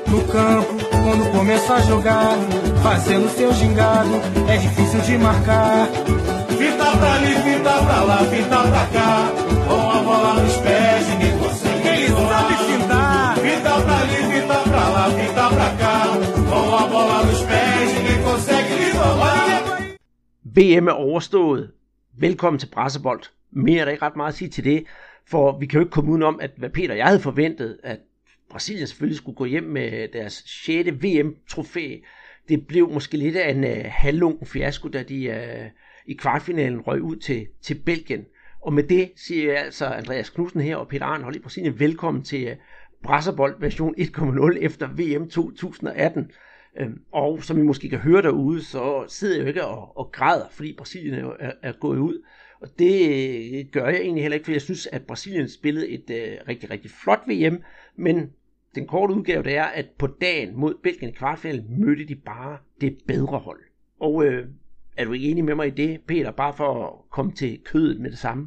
no campo, quando começa a jogar, fazendo seu gingado, é difícil de marcar. Fita pra ali, fita pra lá, fita pra cá, com a bola nos pés, ninguém consegue. Ele sabe fintar. Fita pra ali, fita pra lá, fita pra cá, com a bola nos pés, ninguém consegue lhe roubar. VM er overstået. Velkommen til Brassebold. Mere er der ikke ret meget at sige til det, for vi kan jo ikke komme udenom, at hvad Peter og jeg havde forventet, at Brasilien selvfølgelig skulle gå hjem med deres 6. VM-trofæ. Det blev måske lidt af en halvlunken fiasko, da de i kvartfinalen røg ud til Belgien. Og med det siger jeg altså Andreas Knudsen her og Peter Arnhold i Brasilien velkommen til Brassebold version 1.0 efter VM 2018. Og som I måske kan høre derude, så sidder jeg jo ikke og græder, fordi Brasilien er gået ud. Og det gør jeg egentlig heller ikke, for jeg synes, at Brasilien spillede et rigtig, rigtig flot VM. Men den korte udgave, det er, at på dagen mod Belgien i kvartfinalen mødte de bare det bedre hold. Og er du ikke enig med mig i det, Peter, bare for at komme til kødet med det samme?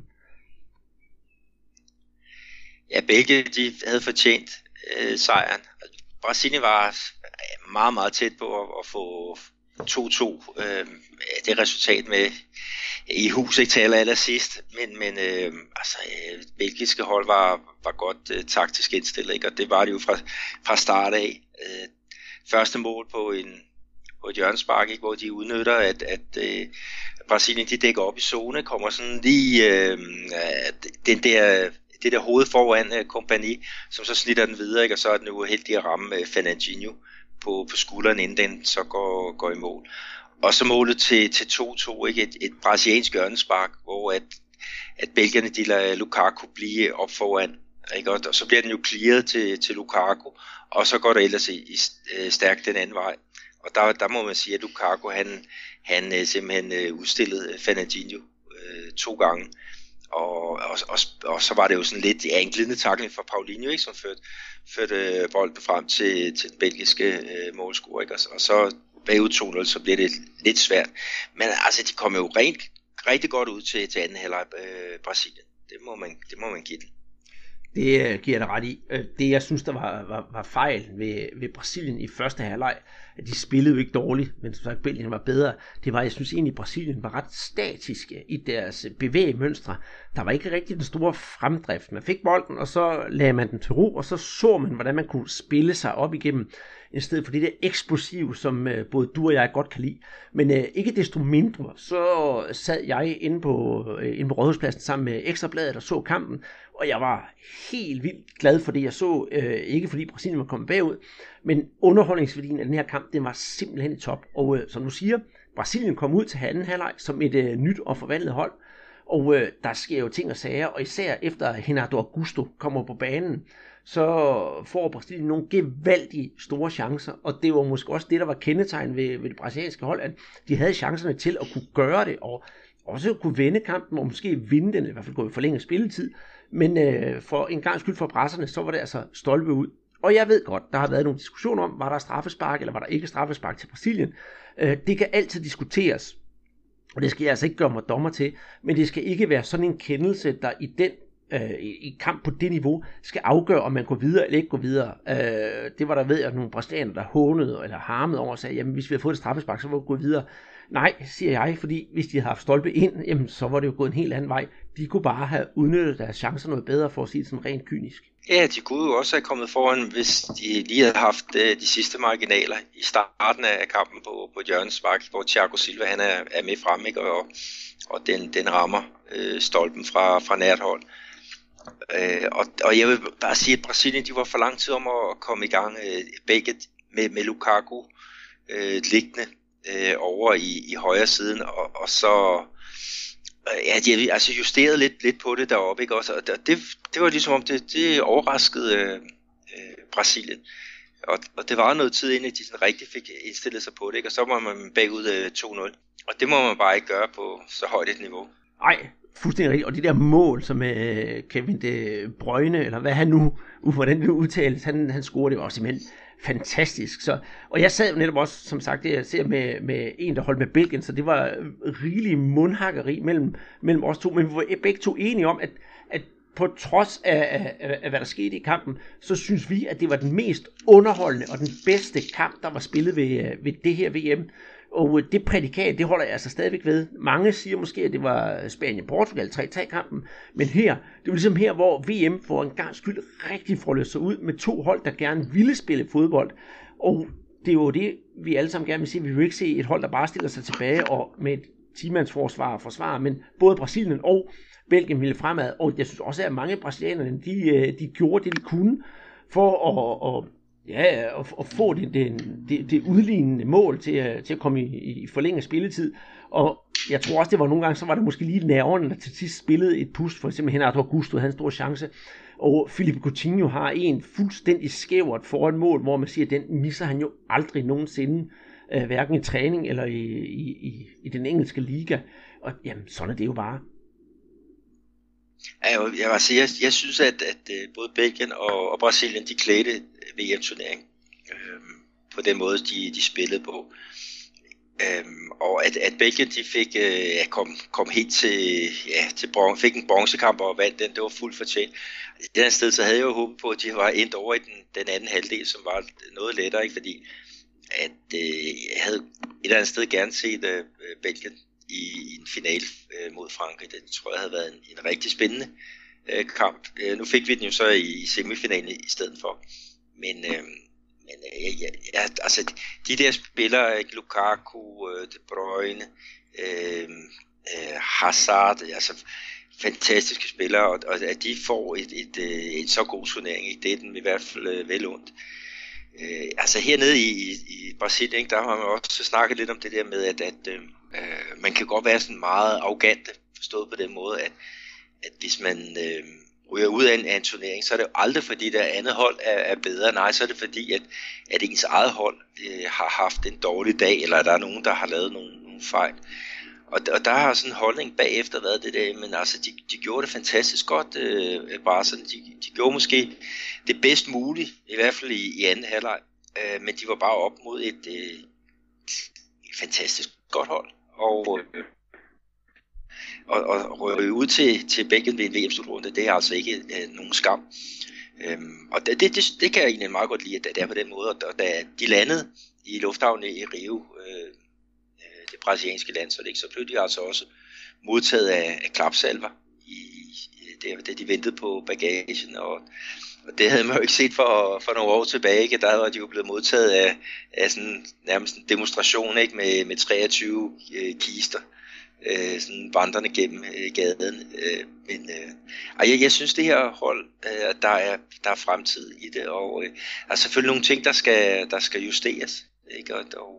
Ja, begge de havde fortjent sejren. Brasilien var meget, meget tæt på at få 2-2. Det resultat med i hus ikke til allersidst, men belgiske hold var godt taktisk indstillet, ikke? Og det var det jo fra start af. Første mål på et hjørnespark, ikke? Hvor de udnytter, at Brasilien de dækker op i zone, kommer sådan lige det der hoved foran kompagni, som så snitter den videre, ikke? Og så er den uheldig at ramme Fernandinho på skulderen, inden den så går i mål. Og så målet til 2-2, ikke? Et brasiliansk hjørnespark, hvor at belgierne de lader Lukaku blive op foran, ikke? Og så bliver den jo clearet til Lukaku, og så går det ellers i stærkt den anden vej. Og der må man sige, at Lukaku han simpelthen udstillede Fernandinho 2 gange. Og så var det jo sådan lidt en glidende tackling fra Paulinho, ikke? Som førte bolden frem til den belgiske målscorer, ikke? Og så bagud 2-0, så bliver det lidt svært. Men altså, de kom jo rigtig godt ud til anden halvleg Brasilien. Det må man give den. Det giver jeg dig ret i. Det jeg synes der var fejl ved Brasilien i første halvleg, at de spillede jo ikke dårligt, men som sagt Belgien var bedre. Det var, jeg synes egentlig, Brasilien var ret statiske i deres bevægemønstre. Der var ikke rigtig den store fremdrift. Man fik bolden, og så lagde man den til ro, og så man, hvordan man kunne spille sig op igennem, i stedet for det der eksplosiv, som både du og jeg godt kan lide. Men ikke desto mindre, så sad jeg inde på Rådhuspladsen sammen med Ekstrabladet og så kampen, og jeg var helt vildt glad for det, jeg så. Ikke fordi Brasilien var kommet bagud, men underholdningsværdien af den her kamp, den var simpelthen i top. Og som du siger, Brasilien kom ud til anden halvleg som et nyt og forvandlet hold, og der sker jo ting og sager, og især efter Renato Augusto kommer på banen, så får Brasilien nogle gevaldige store chancer, og det var måske også det, der var kendetegn ved det brasilianske hold, at de havde chancerne til at kunne gøre det, og også kunne vende kampen, og måske vinde den, i hvert fald gå i forlænget spilletid, men for en gang skyld for brasserne, så var det altså stolpe ud. Og jeg ved godt, der har været nogle diskussioner om, var der straffespark, eller var der ikke straffespark til Brasilien. Det kan altid diskuteres, og det skal jeg altså ikke gøre mig dommer til, men det skal ikke være sådan en kendelse, der i kamp på det niveau skal afgøre, om man går videre eller ikke går videre. Det var der ved at nogle brasilianere, der hånede eller harmede over og sagde, jamen hvis vi havde fået et straffespark, så var vi gået videre. Nej, siger jeg, fordi hvis de havde haft stolpe ind, jamen så var det jo gået en helt anden vej. De kunne bare have udnyttet deres chancer noget bedre, for at sige det sådan rent kynisk. Ja, de kunne jo også have kommet foran, hvis de lige havde haft de sidste marginaler i starten af kampen på et hjørnespark, hvor Thiago Silva han er med frem, ikke? Og den rammer stolpen fra nært hold. Og jeg vil bare sige, at Brasilien de var for lang tid om at komme i gang, begge med Lukaku liggende over i højre siden, og så de altså justerede lidt på det deroppe, ikke også? Og det var ligesom om det overraskede Brasilien. Og det var noget tid inden de sådan rigtig fik indstillet sig på det, ikke? Og så var man bagud 2-0. Og det må man bare ikke gøre på så højt et niveau. Nej, fuldstændig rigtigt. Og det der mål, som Kevin De Bruyne, eller hvad han nu, hvordan det udtales, han scorede, det var også simpelthen fantastisk. Så, og jeg sad jo netop også, som sagt, jeg ser med en, der holdt med Belgien, så det var rigelig mundhakkeri mellem os to, men vi var begge to enige om, at på trods af hvad der skete i kampen, så synes vi, at det var den mest underholdende og den bedste kamp, der var spillet ved det her VM. Og det prædikat, det holder jeg altså stadigvæk ved. Mange siger måske, at det var Spanien-Portugal 3-3-kampen, men her, det var ligesom her, hvor VM for en gang skyld rigtig får løst sig ud med to hold, der gerne ville spille fodbold. Og det er jo det, vi alle sammen gerne vil se. Vi vil ikke se et hold, der bare stiller sig tilbage og med et 10-mandsforsvar og forsvar, men både Brasilien og Belgien ville fremad. Og jeg synes også, at mange brasilianerne, de gjorde det, de kunne for at få det udlignende mål til at komme i forlænget spilletid. Og jeg tror også, det var nogle gange, så var det måske lige nerverne, der til sidst spillede et pust. For eksempel Renato Augusto havde en stor chance. Og Philippe Coutinho har en fuldstændig skævert foran mål, hvor man siger, at den misser han jo aldrig nogensinde, hverken i træning eller i den engelske liga. Og jamen, sådan er det jo bare. Jeg synes, at både Belgien og Brasilien, de klædte VM-turnering på den måde, de spillede på. Og at Belgien, de fik kom helt fik en bronzekamp og vandt den, det var fuldt fortjent. Et andet sted, så havde jeg jo håbet på, at de var endt over i den anden halvdel, som var noget lettere, ikke? Fordi at jeg havde et eller andet sted gerne set Belgien i en finale mod Frankrig. Det tror jeg havde været en rigtig spændende kamp. Nu fik vi den jo så i semifinalen i stedet for. Men altså de der spillere, Lukaku, De Bruyne, Hazard, altså fantastiske spillere, og at de får et så god turnering, det er den i hvert fald vel ondt. Altså hernede i Brasilien, der har man også snakket lidt om det der med, at man kan godt være sådan meget arrogant, forstået på den måde, at hvis man ryger ud af en turnering, så er det jo aldrig fordi der andet hold er bedre. Nej, så er det fordi, at ens eget hold har haft en dårlig dag, eller der er nogen, der har lavet nogle fejl. Og der har sådan en holdning bagefter været det der, men altså de gjorde det fantastisk godt, bare sådan, de gjorde måske det bedst muligt, i hvert fald i anden halvleg, men de var bare op mod et fantastisk godt hold, og ryge ud til Belgien ved en VM-slutrunde, det er altså ikke nogen skam. Og det kan jeg egentlig meget godt lide, at det er på den måde, og da de landede i lufthavnen i Rio, det brasilianske landshold, så blev de altså også modtaget af klapsalver, da de ventede på bagagen, og det havde man jo ikke set for nogle år tilbage, ikke? Der var de jo blevet modtaget af sådan nærmest en demonstration, ikke? Med 23 kister, sådan vandrende gennem gaden. Men jeg synes det her hold, der er fremtid i det, og der er selvfølgelig nogle ting, der skal justeres, ikke?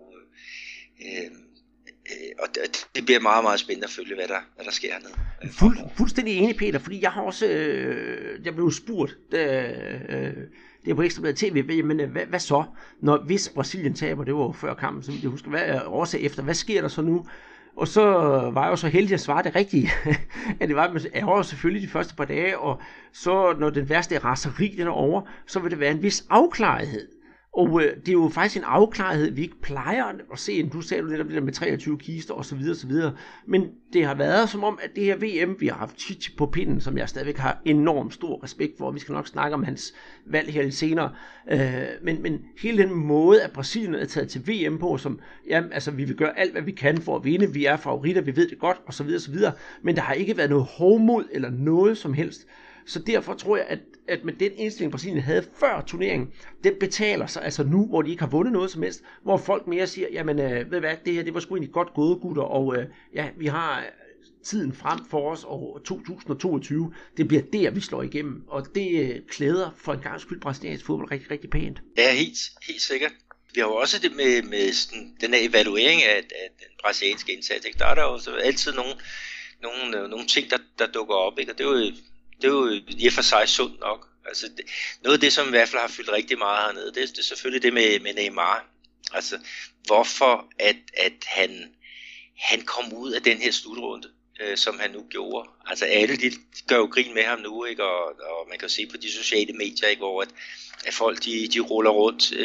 Og det bliver meget, meget spændende at følge, hvad der sker hernede. Fuldstændig enig, Peter, fordi jeg har også jeg blev spurgt det er på Ekstrabladet TV, men hvad så, hvis Brasilien taber? Det var jo før kampen, så jeg husker, hvad er årsag efter, hvad sker der så nu? Og så var jeg jo så heldig at svare det rigtige, at det var jo selvfølgelig de første par dage, og så når den værste raseri den er over, så vil det være en vis afklarethed. Og det er jo faktisk en afklarethed, vi ikke plejer at se. Du sagde det der med 23 kister osv. Men det har været som om, at det her VM, vi har haft Tite på pinden, som jeg stadigvæk har enormt stor respekt for. Vi skal nok snakke om hans valg her lidt senere. Men hele den måde, at Brasilien er taget til VM på, som altså vi vil gøre alt, hvad vi kan for at vinde. Vi er favoritter, vi ved det godt osv. Men der har ikke været noget hovmod eller noget som helst. Så derfor tror jeg, at med den indstilling, Brasilien havde før turneringen, den betaler sig altså nu, hvor de ikke har vundet noget som helst, hvor folk mere siger, jamen ved du hvad, det her, det var sgu egentlig godt gået, gutter, og vi har tiden frem for os, og 2022, det bliver der, vi slår igennem, og det klæder for en gang skyld brasiliansk fodbold rigtig, rigtig pænt. Ja, helt sikkert. Vi har jo også det med sådan, den her evaluering af den brasilianske indsats, ikke? Der er der jo altid nogle ting, der dukker op, ikke? Og det er jo i og for sig sundt nok. Altså noget af det, som i hvert fald har fyldt rigtig meget hernede, det er selvfølgelig det med Neymar. Altså hvorfor at han kom ud af den her slutrunde, som han nu gjorde. Altså alle de gør jo grin med ham nu, ikke? Og man kan se på de sociale medier, ikke? Hvor at folk de ruller rundt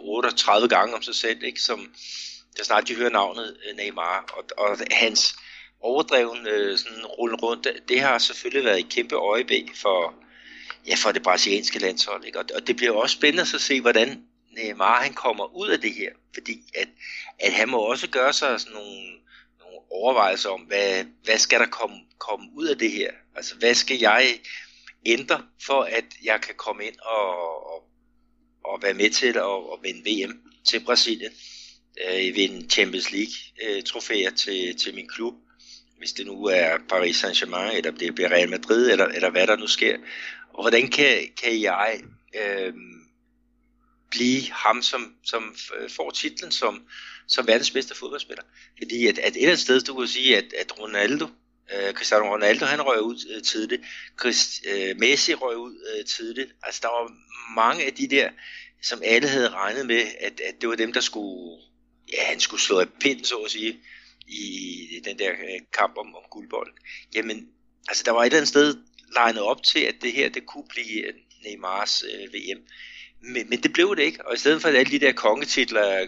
38 gange om sig selv, ikke? Som der snart de hører navnet Neymar, og hans overdreven sådan rulle rundt. Det har selvfølgelig været et kæmpe øjeblik for det brasilianske landshold, ikke? Og det bliver også spændende at se, hvordan Neymar han kommer ud af det her, fordi at han må også gøre sig sådan nogle overvejelser om, hvad skal der komme ud af det her? Altså, hvad skal jeg ændre, for at jeg kan komme ind og være med til at vinde VM til Brasilien, vinde Champions League trofæer til min klub, hvis det nu er Paris Saint-Germain, eller det bliver Real Madrid, eller hvad der nu sker. Og hvordan kan jeg blive ham, som får titlen som verdens bedste fodboldspiller? Fordi at et eller andet sted, du kan sige, at Ronaldo, Cristiano Ronaldo, han røg ud tidligt. Messi røg ud tidligt. Altså, der var mange af de der, som alle havde regnet med, at det var dem, der skulle, han skulle slå af pinden, så at sige, i den der kamp om guldbolden. Jamen, altså, der var et eller andet sted legnet op til, at det her, det kunne blive Neymars VM. Men det blev det ikke. Og i stedet for alle de der kongetitler,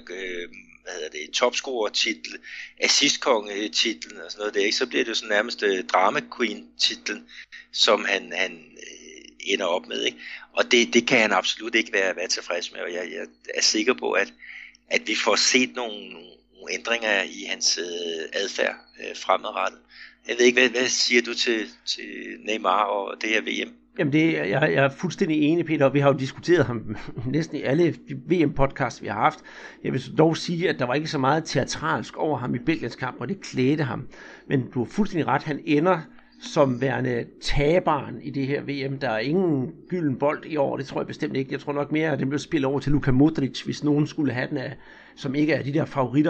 topscorer-titel, assist-konge-titlen og sådan noget der, ikke, så bliver det jo sådan nærmest drama queen-titlen, som han ender op med, ikke? Og det kan han absolut ikke være tilfreds med, og jeg er sikker på, at vi får set nogle ændringer i hans adfærd fremadrettet. Jeg ved ikke, hvad siger du til Neymar og det her VM? Jamen jeg er fuldstændig enig, Peter, og vi har jo diskuteret ham næsten i alle VM-podcasts, vi har haft. Jeg vil dog sige, at der var ikke så meget teatralsk over ham i Belgiens kamp, og det klædte ham. Men du har fuldstændig ret, han ender som værende taberen i det her VM. Der er ingen gylden bold i år, det tror jeg bestemt ikke. Jeg tror nok mere, at den blev spillet over til Luka Modric, hvis nogen skulle have den af, som ikke er de der favoritter.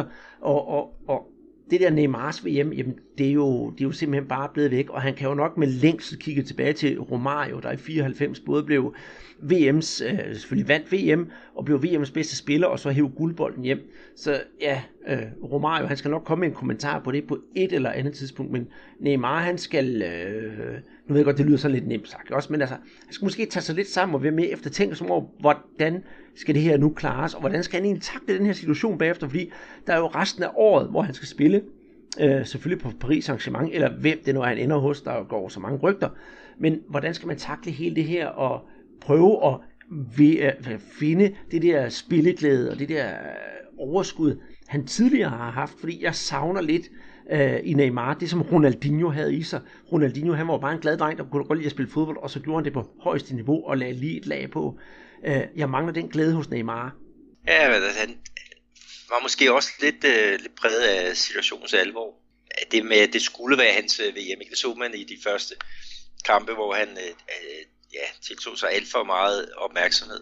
Og det der Neymars VM, jamen, det er jo simpelthen bare blevet væk, og han kan jo nok med længsel kigge tilbage til Romario, der i 94 både blev selvfølgelig vandt VM, og blev VM's bedste spiller, og så hævde guldbolden hjem. Så ja, Romario, han skal nok komme med en kommentar på det på et eller andet tidspunkt, men Neymar, han skal, nu ved jeg godt, det lyder sådan lidt nemt sagt også, men altså, han skal måske tage sig lidt sammen og være med efter tænke som over, hvordan skal det her nu klares, og hvordan skal han egentlig takle den her situation bagefter, fordi der er jo resten af året, hvor han skal spille, selvfølgelig på Paris Saint-Germain, eller hvem det nu er, han ender hos, der går så mange rygter, men hvordan skal man takle hele det her, og prøve at finde det der spilleglæde, og det der overskud, han tidligere har haft, fordi jeg savner lidt i Neymar, det som Ronaldinho havde i sig. Ronaldinho, han var jo bare en glad dreng, der kunne godt lide at spille fodbold, og så gjorde han det på højeste niveau, og lagde lige et lag på. Jeg mangler den glæde hos Neymar. Ja, han var måske også lidt præget af situationens alvor. Det med, at det skulle være hans VM, det så man i de første kampe, hvor han tiltog sig alt for meget opmærksomhed.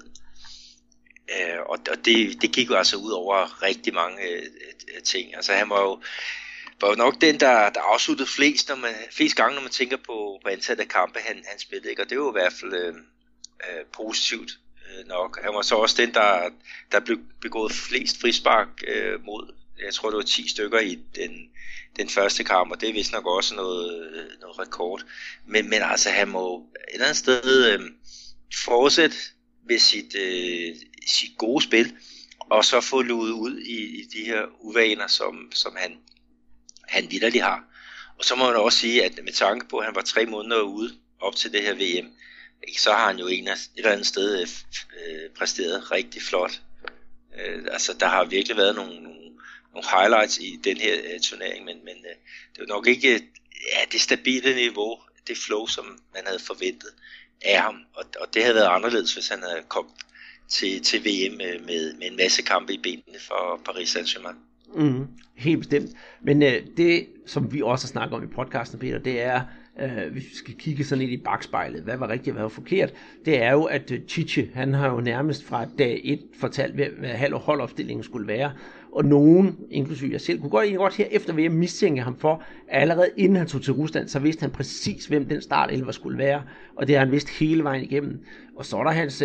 Og det gik jo altså ud over rigtig mange ting. Altså han var jo nok den, der afsluttede flest gange, når man tænker på antallet af kampe, han spillede. Ikke? Og det var i hvert fald positivt nok. Han var så også den, der blev begået flest frispark mod. Jeg tror, det var 10 stykker i den første kamp, og det er vist nok også noget rekord. Men altså, han må et eller andet sted fortsætte med sit gode spil, og så få luet ud i de her uvaner, som han vitterligt har. Og så må man også sige, at med tanke på, at han var 3 måneder ude op til det her VM, så har han jo et eller andet sted præsteret rigtig flot. Altså, der har virkelig været nogle highlights i den her turnering, men det er jo nok ikke det stabile niveau, det flow, som man havde forventet af ham. Og det havde været anderledes, hvis han havde kommet til VM med en masse kampe i benene for Paris Saint-Germain. Helt bestemt. Men det, som vi også har snakket om i podcasten, Peter, det er, hvis vi skal kigge sådan lidt i bagspejlet, hvad var rigtigt og hvad var forkert, det er jo, at Tite, han har jo nærmest fra dag 1 fortalt, hvad holdopstillingen skulle være, og nogen, inklusive jeg selv, kunne godt her efter VM mistænke ham for, at allerede inden han tog til Rusland, så vidste han præcis, hvem den startelver skulle være, og det har han vidst hele vejen igennem. Og så er der hans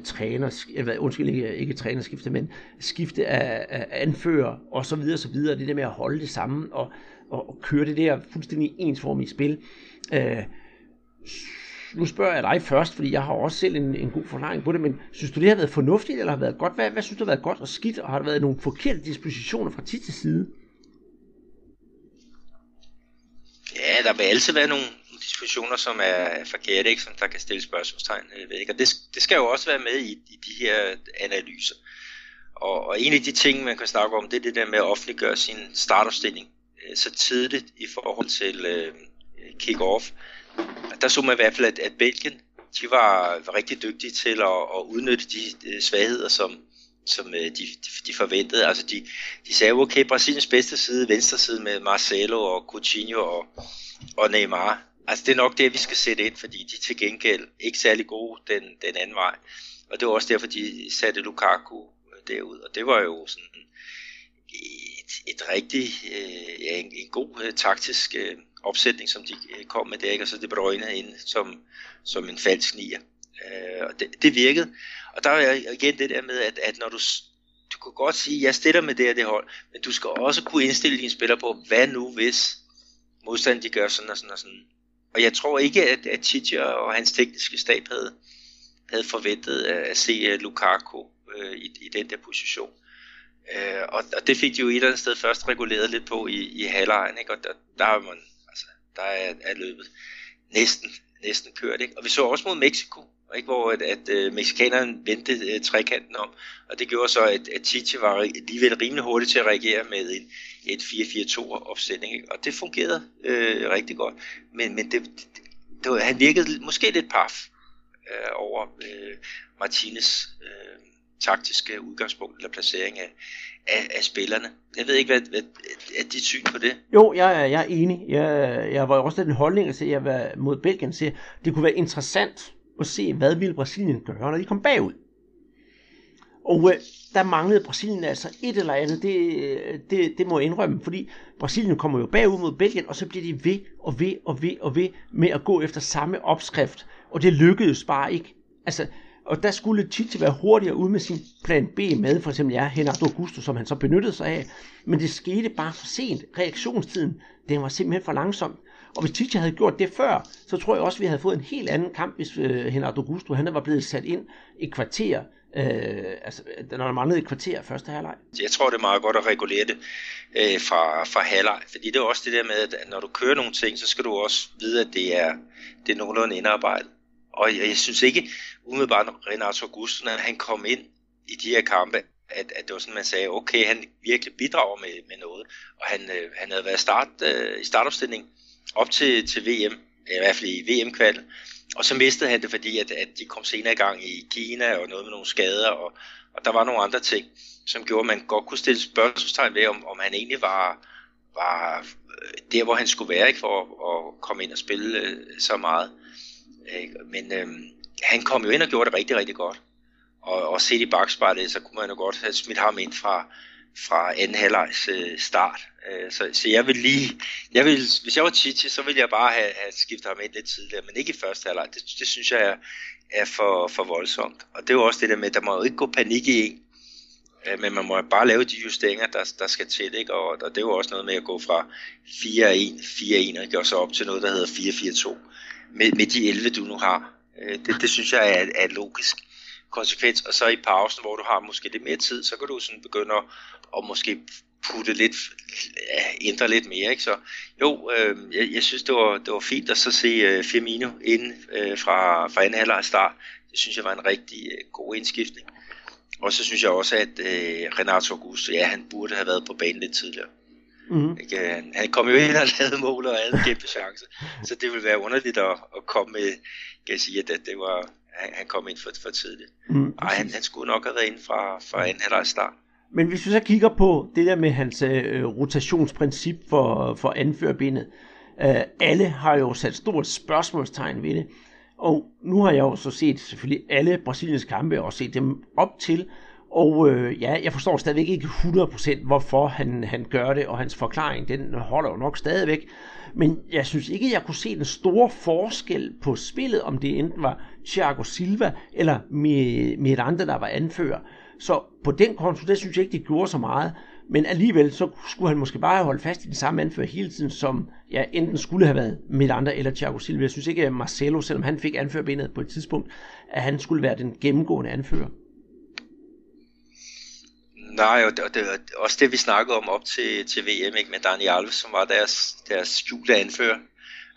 ikke trænerskifte, men skifte af anfører, og så videre, så videre, det der med at holde det samme, og køre det der fuldstændig ensformige spil. Nu spørger jeg dig først, fordi jeg har også selv en god forklaring på det, men synes du, det har været fornuftigt, eller har været godt? Hvad synes du har været godt og skidt, og har der været nogle forkerte dispositioner fra Tites side? Ja, der vil altid være nogle dispositioner, som er forkerte, ikke? Som der kan stille spørgsmålstegn ved, ikke? Og det skal jo også være med i de her analyser. Og en af de ting, man kan snakke om, det er det der med at offentliggøre sin startopstilling så tidligt i forhold til kick-off. Der så man i hvert fald, at Belgien, de var rigtig dygtige til at udnytte de svagheder, som de forventede. Altså de sagde, okay, Brasiliens bedste side, venstre side med Marcelo og Coutinho og Neymar. Altså det er nok det, vi skal sætte ind, fordi de til gengæld ikke særlig gode den anden vej. Og det var også derfor, de satte Lukaku derud. Og det var jo sådan et rigtig, en god taktisk opsætning, som de kom med der, ikke? Og så det Bruyne ind som en falsk nier. Og det virkede. Og der er igen det der med, at når du kan godt sige, jeg stiller med det hold, men du skal også kunne indstille dine spillere på, hvad nu hvis modstanden de gør sådan og sådan og sådan. Og jeg tror ikke, at Tite og hans tekniske stab havde forventet at se Lukaku i den der position. Og det fik de jo et eller andet sted først reguleret lidt på i halvlejen, ikke? Og der er man, altså, der er løbet næsten kørt, ikke? Og vi så også mod Mexico, ikke? Hvor at mexikanerne vendte trekanten om, og det gjorde så, at Tite var alligevel rimelig hurtigt til at reagere med et 4-4-2 opsætning, ikke? Og det fungerede rigtig godt, men han virkede måske lidt paf over Martinez taktiske udgangspunkt eller placering af spillerne. Jeg ved ikke, hvad er dit syn på det? Jo, jeg er enig. Jeg var også den holdning at se, at jeg var mod Belgien, at det kunne være interessant at se, hvad ville Brasilien gøre, når de kom bagud. Og der manglede Brasilien altså et eller andet, det må jeg indrømme, fordi Brasilien kommer jo bagud mod Belgien, og så bliver de ved med at gå efter samme opskrift, og det lykkedes bare ikke. Altså, og der skulle Tite være hurtigere ud med sin plan B med, for eksempel Renato Augusto, som han så benyttede sig af, men det skete bare for sent. Reaktionstiden, den var simpelthen for langsom. Og hvis Tite havde gjort det før, så tror jeg også, at vi havde fået en helt anden kamp, hvis Renato Augusto han var blevet sat ind et kvarter, når der manglede et kvarter første halvleg. Jeg tror, det er meget godt at regulere det fra halvleg, fordi det er også det der med, at når du kører nogle ting, så skal du også vide, at det er nogenlunde indarbejdet. Og jeg synes ikke, umiddelbart når Renato Augusto, når han kom ind i de her kampe, at det var sådan, man sagde, okay, han virkelig bidrager med noget. Og han havde været i startopstilling op til VM, i hvert fald i VM-kval. Og så mistede han det, fordi at de kom senere i gang i Kina, og noget med nogle skader, og der var nogle andre ting, som gjorde, at man godt kunne stille spørgsmålstegn ved, om han egentlig var der, hvor han skulle være, ikke, for at komme ind og spille så meget. Men han kom jo ind og gjorde det rigtig, rigtig godt. Og set i bagspejlet, så kunne man jo godt have smidt ham ind fra anden halvlejs start. Så jeg vil hvis jeg var Tite, så ville jeg bare have skiftet ham ind lidt tidligere, men ikke i første halvleg. Det synes jeg er for voldsomt. Og det er jo også det der med, at der må jo ikke gå panik i en, men man må bare lave de justeringer, der skal til, ikke? Og det er jo også noget med at gå fra 4-1, og så op til noget, der hedder 4-4-2, med de 11, du nu har. Det synes jeg er logisk konsekvens, og så i pausen, hvor du har måske lidt mere tid, så kan du sådan begynde at måske putte lidt, ændre lidt mere, ikke? Så jo, jeg synes det var fint at så se Firmino inden fra anden halvleg start. Det synes jeg var en rigtig god indskiftning. Og så synes jeg også, at Renato Augusto, han burde have været på banen lidt tidligere. Mm-hmm. Han kom jo ind og lavede mål og havde en kæmpe chance, så det ville være underligt at komme med, kan jeg sige, at det var, han kom ind for tidligt. Og han skulle nok have været inde fra anden halvleg start. Men hvis vi så kigger på det der med hans rotationsprincip for anførerbindet, alle har jo sat stort spørgsmålstegn ved det, og nu har jeg jo så set selvfølgelig alle Brasiliens kampe og set dem op til, og jeg forstår stadigvæk ikke 100% hvorfor han gør det, og hans forklaring, den holder jo nok stadigvæk. Men jeg synes ikke, jeg kunne se den store forskel på spillet, om det enten var Thiago Silva eller Miranda, der var anfører. Så på den konto, der synes jeg ikke, det gjorde så meget. Men alligevel, så skulle han måske bare have holdt fast i den samme anfører hele tiden, som enten skulle have været Miranda eller Thiago Silva. Jeg synes ikke, at Marcelo, selvom han fik anførerbindet på et tidspunkt, at han skulle være den gennemgående anfører. Nej, og det er også det, vi snakkede om op til VM, ikke, med Dani Alves, som var deres skjulte anfører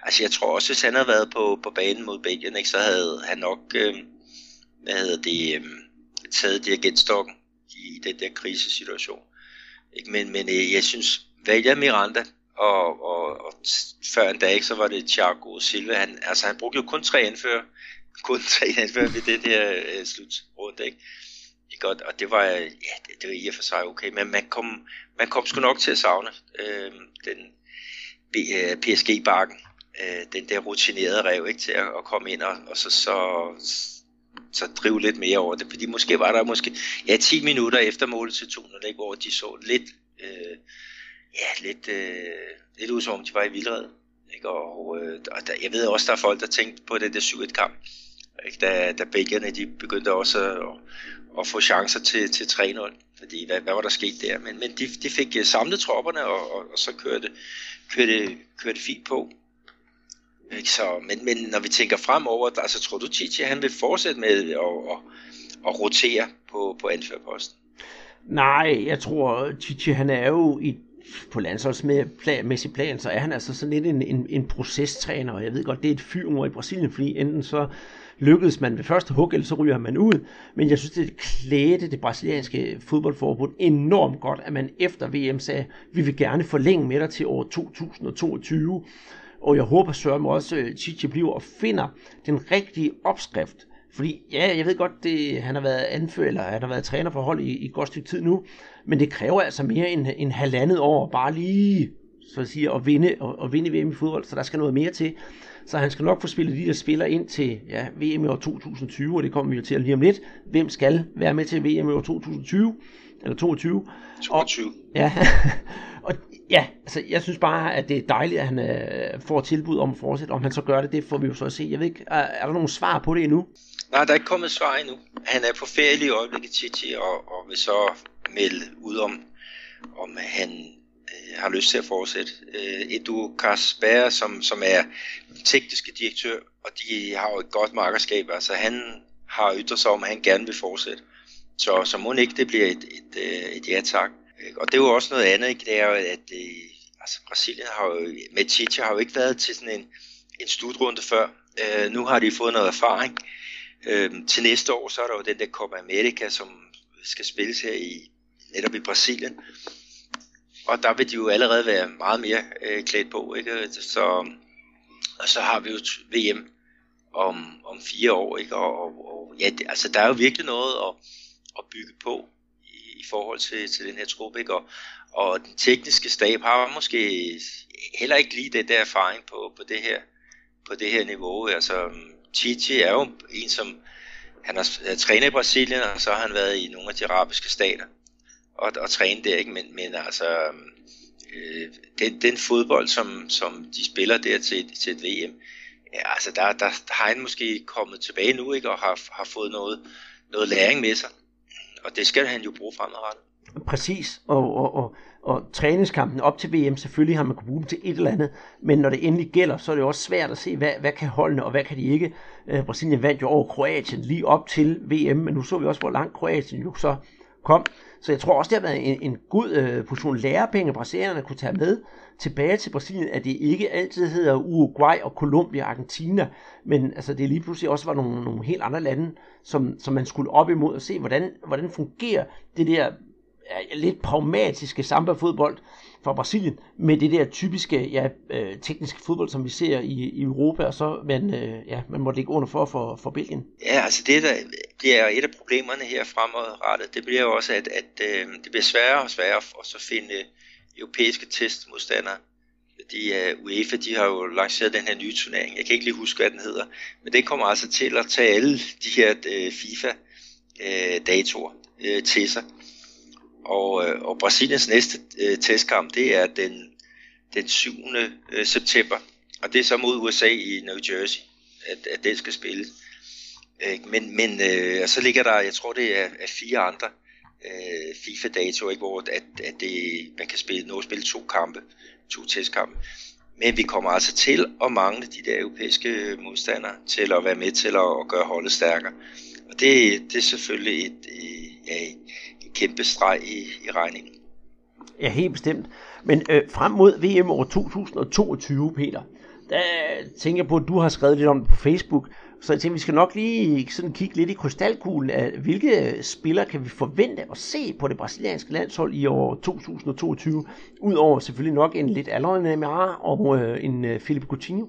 Altså jeg tror også, hvis han havde været på banen mod Belgien, ikke, så havde han nok taget dirigentstokken i den der krisesituation. Ikke? Men jeg synes, vælger Miranda, og før en dag, så var det Thiago Silva. Han brugte jo kun tre anfører ved det der slutrunde, ikke? Og det var, det var i og for sig okay, men man kom sgu nok til at savne den PSG-bakken, den der rutinerede rev, ikke, til at komme ind og så drive lidt mere over det, fordi måske var der 10 minutter efter målet til 2-0, hvor de så lidt lidt ud som om de var i vildrede, ikke? Og jeg ved også, der er folk, der tænkte på det der 7-1-kamp, ikke? Da belgierne, de begyndte også at få chancer til 3-0, fordi hvad var der sket der, men de fik samlet tropperne, og så kørte fint på. Ikke? Så, men når vi tænker fremover, altså tror du Tite, han vil fortsætte med at rotere på anførerposten? Nej, jeg tror Tite, han er jo på landsholdsmæssig plan, så er han altså sådan lidt en procestræner, og jeg ved godt, det er et fyr i Brasilien, fordi enten så lykkedes man ved første hug, eller så ryger man ud, men jeg synes, det klædte det brasilianske fodboldforbund enormt godt, at man efter VM sagde, vi vil gerne forlænge med dig til år 2022, og jeg håber sørme også, Tite bliver og finder den rigtige opskrift. Fordi ja, jeg ved godt, han har været anfører, eller han har været træner for hold i et godt stykke tid nu, men det kræver altså mere end halvandet år, bare lige så at sige, at vinde VM i fodbold, så der skal noget mere til. Så han skal nok få spillet de der spillere ind til VM i år 2020, og det kommer vi jo til lige om lidt. Hvem skal være med til VM i år 2020? Eller 22? 22. Og ja, altså jeg synes bare, at det er dejligt, at han får tilbud om at fortsætte. Om han så gør det får vi jo så at se. Jeg ved ikke, er der nogle svar på det endnu? Nej, der er ikke kommet svar endnu. Han er på ferie i øjeblikket, Tite, og vil så melde ud om han har lyst til at fortsætte. Edu Kasper, som er tekniske direktør, og de har jo et godt markerskab, altså han har ytret sig om, at han gerne vil fortsætte. Så må ikke det bliver et ja tak. Og det er jo også noget andet, ikke? Det er jo, at altså Brasilien har jo, med Tite har jo ikke været til sådan en slutrunde før. Nu har de fået noget erfaring. Til næste år, så er der jo den der Copa America, som skal spilles her netop i Brasilien. Og der vil de jo allerede være meget mere klædt på, ikke? Og så har vi jo VM om 4 år, ikke? Og ja, altså der er jo virkelig noget at bygge på i forhold til den her trup, ikke? Og den tekniske stab har måske heller ikke lige den der erfaring på det her niveau. Altså Tite er jo en, som han har trænet i Brasilien, og så har han været i nogle af de arabiske stater og trænet der, ikke? Men altså den fodbold, som de spiller der til et VM, ja, altså der har han måske kommet tilbage nu, ikke? Og har fået noget læring med sig, og det skal han jo bruge fremadrettet. Præcis, og træningskampen op til VM, selvfølgelig har man kunne bruge dem til et eller andet, men når det endelig gælder, så er det også svært at se, hvad kan holdene, og hvad kan de ikke. Brasilien vandt jo over Kroatien lige op til VM, men nu så vi også, hvor langt Kroatien jo så kom. Så jeg tror også, det har været en god portion lærepenge, brasilianerne kunne tage med tilbage til Brasilien, at det ikke altid hedder Uruguay og Colombia og Argentina, men altså det lige pludselig også var nogle helt andre lande, som man skulle op imod og se, hvordan fungerer det der lidt pragmatiske samba-fodbold fra Brasilien, med det der typiske tekniske fodbold, som vi ser i Europa, og så man må ligge under for Belgien. Ja, altså det er et af problemerne her fremadrettet. Det bliver jo også, at det bliver sværere og sværere at så finde europæiske testmodstandere. UEFA, de har jo lanceret den her nye turnering. Jeg kan ikke lige huske, hvad den hedder, men det kommer altså til at tage alle de her FIFA-datoer til sig. Og Brasiliens næste testkamp, det er den 7. september, og det er så mod USA i New Jersey, at det skal spilles. Men så ligger der, jeg tror det er 4 andre FIFA-datoer, ikke, hvor man kan spille 2 testkampe. Men vi kommer altså til at mangle de der europæiske modstandere til at være med til at gøre holdet stærkere. Og det er selvfølgelig et kæmpe streg i regningen. Ja, helt bestemt. Men frem mod VM år 2022, Peter, der tænker jeg på, at du har skrevet lidt om det på Facebook, så jeg tænker, vi skal nok lige sådan kigge lidt i krystalkuglen af, hvilke spillere kan vi forvente at se på det brasilianske landshold i år 2022, udover selvfølgelig nok en lidt aldrende Neymar og en Felipe Coutinho.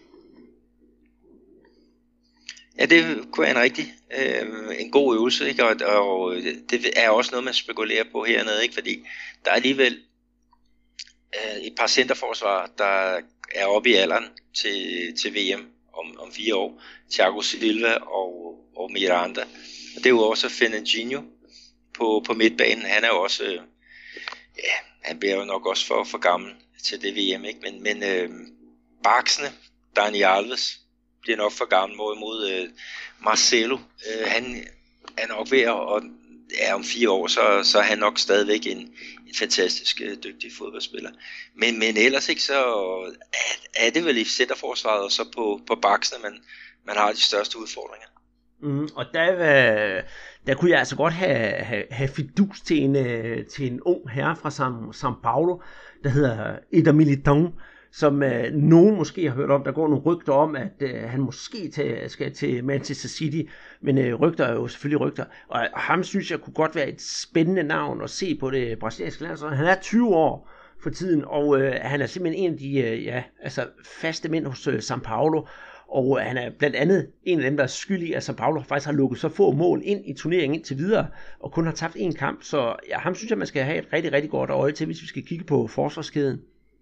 Ja, det kunne være en god øvelse, ikke? Og det er også noget, man spekulerer på hernede, ikke? Fordi der er alligevel et par centerforsvar, der er oppe i alderen til VM om 4 år. Thiago Silva og Miranda. Og det er jo også Fernandinho på midtbanen. Han er jo også, han bliver jo nok også for gammel til det VM, ikke? Men baksene, Dani Alves, bliver nok for gammel mod Marcelo. Han er nok ved at om 4 år, så er han nok stadigvæk en fantastisk dygtig fodboldspiller. Men ellers ikke, så er det vel i centerforsvaret og så på baksene, man har de største udfordringer. Og der kunne jeg altså godt have fidus til en ung herre fra São Paulo, der hedder Eder Militão, som nogen måske har hørt om. Der går nogle rygter om, at han måske skal til Manchester City, men rygter er jo selvfølgelig rygter. Og ham synes jeg kunne godt være et spændende navn at se på det brasilianske landshold. Han er 20 år for tiden, og han er simpelthen en af de faste mænd hos São Paulo. Og han er blandt andet en af dem, der er skyldig i, at São Paulo faktisk har lukket så få mål ind i turneringen indtil videre, og kun har tabt 1 kamp. Så ham synes jeg, man skal have et rigtig, rigtig godt øje til, hvis vi skal kigge på forsvarskæden.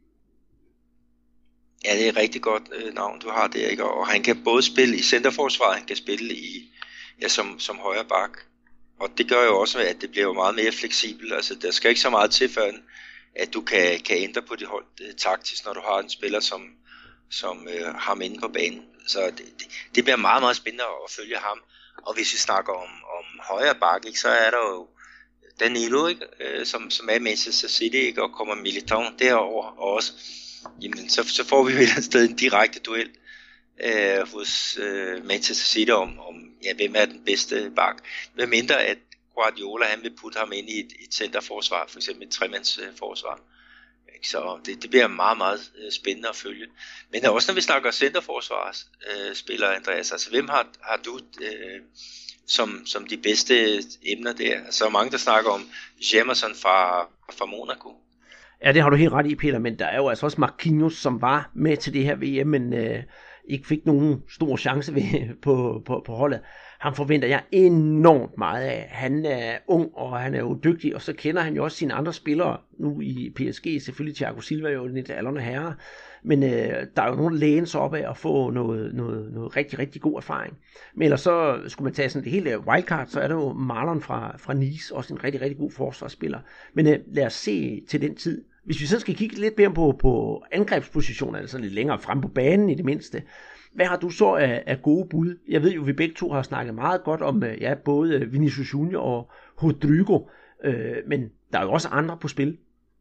Ja, det er et rigtig godt navn, du har der, ikke? Og han kan både spille i centerforsvaret, han kan spille som højre bak. Og det gør jo også, at det bliver jo meget mere fleksibelt. Altså, der skal ikke så meget til, før at du kan ændre på dit hold taktisk, når du har en spiller, som har ham inde på banen. Så det bliver meget, meget spændende at følge ham. Og hvis vi snakker om højre bak, ikke, så er der jo Danilo, ikke? Som er i Manchester City, ikke? Og kommer Militão derover også. Jamen, så får vi jo et eller andet sted en direkte duel hos Manchester City om hvem er den bedste bak. Hvad mindre at Guardiola han vil putte ham ind i et centerforsvar, for eksempel et tremandsforsvar. Så det bliver meget, meget spændende at følge. Men også når vi snakker centerforsvarsspillere, Andreas, altså hvem har du som de bedste emner der? Så er mange, der snakker om Jamerson fra Monaco. Ja, det har du helt ret i, Peter, men der er jo altså også Marquinhos, som var med til det her VM, men ikke fik nogen stor chance på holdet. Ham forventer jeg enormt meget af. Han er ung, og han er jo dygtig, og så kender han jo også sine andre spillere nu i PSG. Selvfølgelig Thiago Silva er jo lidt aldrende herre, men der er jo nogen, der læner sig op af at få noget rigtig, rigtig god erfaring. Men ellers så skulle man tage sådan det hele wildcard, så er der jo Marlon fra Nice, også en rigtig, rigtig god forsvarsspiller. Men lad os se til den tid. Hvis vi så skal kigge lidt mere på angrebspositioner, altså lidt længere frem på banen i det mindste, hvad har du så af gode bud? Jeg ved jo, vi begge to har snakket meget godt om både Vinicius Junior og Rodrigo, men der er jo også andre på spil.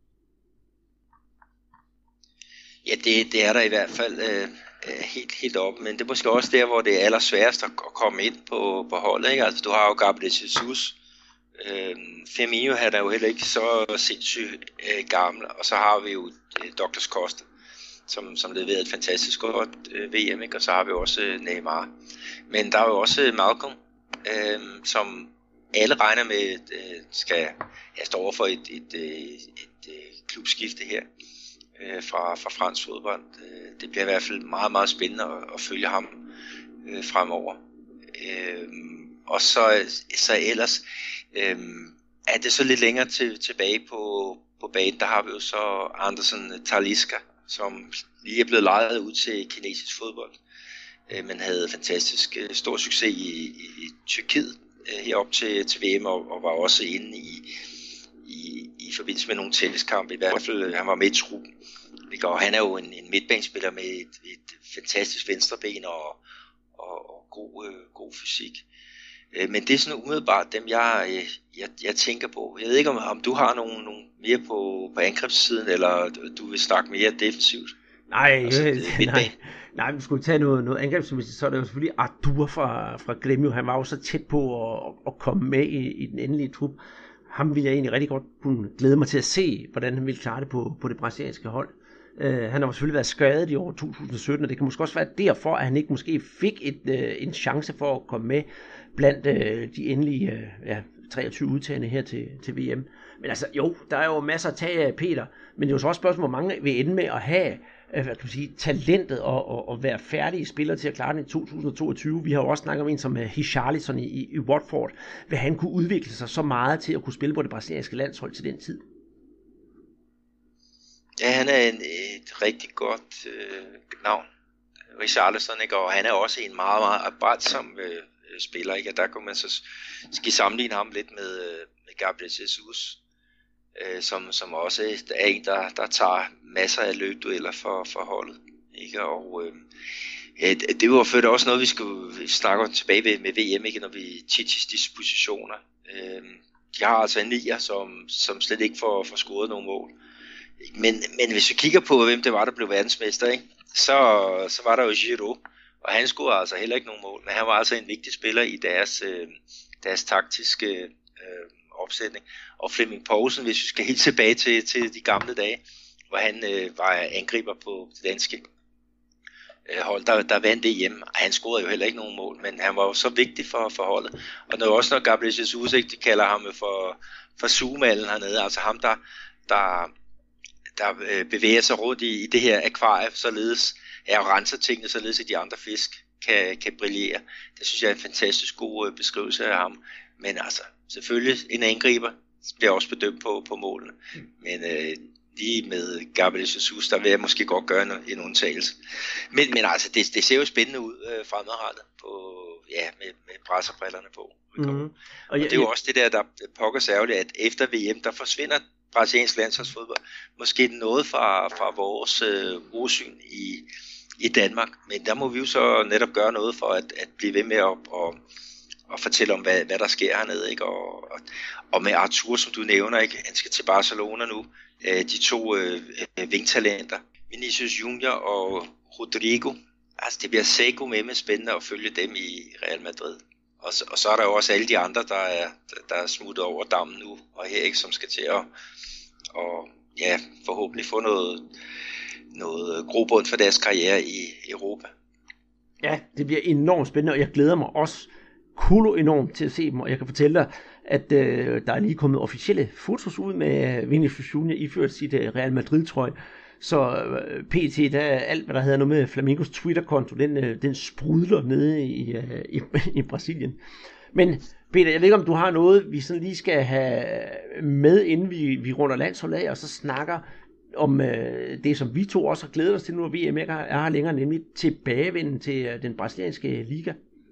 Ja, det er der i hvert fald helt op, men det er måske også der, hvor det er allersværest at komme ind på holdet, ikke? Altså, du har jo Gabriel Jesus, Firmino er der jo heller ikke så sindssygt gammel, og så har vi jo Douglas Costa, som leverede et fantastisk godt VM, ikke? Og så har vi også Neymar. Men der er jo også Malcolm, som alle regner med skal stå over for et klubskifte her fra fransk fodbold. Det bliver i hvert fald meget, meget spændende at følge ham fremover. Og så ellers er det så lidt længere tilbage på banen. Der har vi jo så Anderson Talisca, som lige er blevet lejet ud til kinesisk fodbold, men havde fantastisk stor succes i Tyrkiet herop til VM, og var også inde i forbindelse med nogle tenniskampe. I hvert fald han var med i truppen, og han er jo en midtbanespiller med et fantastisk venstreben og god fysik. Men det er sådan umiddelbart dem jeg tænker på. Jeg ved ikke om du har nogle mere på angrebssiden, eller du vil snakke mere defensivt. Nej, nej, men skulle tage noget angrebsmæssigt, så er det jo selvfølgelig Arthur fra Grêmio. Han var jo så tæt på at komme med i den endelige trup. Ham ville jeg egentlig rigtig godt kunne glæde mig til at se, hvordan han ville klare det på det brasilianske hold. Han har selvfølgelig været skadet i år 2017, og det kan måske også være derfor, at han ikke måske fik en chance for at komme med blandt de endelige 23 udtagende her til VM. Men altså, jo, der er jo masser at tage af, Peter, men det er jo så også spørgsmål, hvor mange vil ende med at have talentet og være færdige spillere til at klare den i 2022. Vi har jo også snakket om en som Richarlison i Watford. Vil han kunne udvikle sig så meget til at kunne spille på det brasilianske landshold til den tid? Ja, han er et rigtig godt navn, Richarlison, ikke? Og han er også en meget, meget arbejdsom spiller, ikke? Og der kan man så skal sammenligne ham lidt med Gabriel Jesus, som også er en, der tager masser af løbdueller for holdet, ikke? Og det var for det også noget, vi skulle snakke tilbage med VM, ikke? Når vi Titis dispositioner. De har altså en nier, som slet ikke får scoret nogen mål. Men hvis vi kigger på, hvem det var, der blev verdensmester, ikke? Så var der jo Giroud, og han scorede altså heller ikke nogen mål, men han var altså en vigtig spiller i deres taktiske opsætning. Og Flemming Poulsen, hvis vi skal helt tilbage til de gamle dage, hvor han var angriber på det danske hold, der vandt VM, og han scorede jo heller ikke nogen mål, men han var jo så vigtig for holdet. Og også når Gabriel Jesus, ikke, de kalder ham for sugemallen hernede, altså ham, der bevæger sig rundt i det her akvarie, således og renser tingene, således at de andre fisk kan brillere. Det synes jeg er en fantastisk god beskrivelse af ham. Men altså, selvfølgelig en angriber bliver også bedømt på målene. Men lige med Gabriel Jesus, der vil jeg måske godt gøre en undtagelse. Men altså, det ser jo spændende ud fremadrettet med presserbrillerne på. Mm-hmm. Og det er jo også det der pokker særligt, at efter VM, der forsvinder brasiliansk landsholdsfodbold måske noget fra vores udsyn i Danmark, men der må vi jo så netop gøre noget for at blive ved med at fortælle om, hvad der sker hernede, ikke? Og med Arthur, som du nævner, ikke? Han skal til Barcelona nu, de to vingtalenter, Vinicius Junior og Rodrigo, altså det bliver sikkert med spændende at følge dem i Real Madrid. Og så er der jo også alle de andre, der er smuttet over dammen nu, og her, ikke, som skal til at forhåbentlig få noget grobund for deres karriere i Europa. Ja, det bliver enormt spændende, og jeg glæder mig også enormt til at se dem, og jeg kan fortælle dig, at der er lige kommet officielle fotos ud med Vinicius Junior iført sit Real Madrid-trøje, så PT, der er alt, hvad der hedder noget med Flamingos Twitter-konto, den sprudler nede i Brasilien. Men Peter, jeg ved ikke, om du har noget, vi sådan lige skal have med, inden vi runder landsholdet af, og så snakker om det, som vi to også har glædet os til nu, at VM er her længere, nemlig tilbagevenden til den brasilianske liga.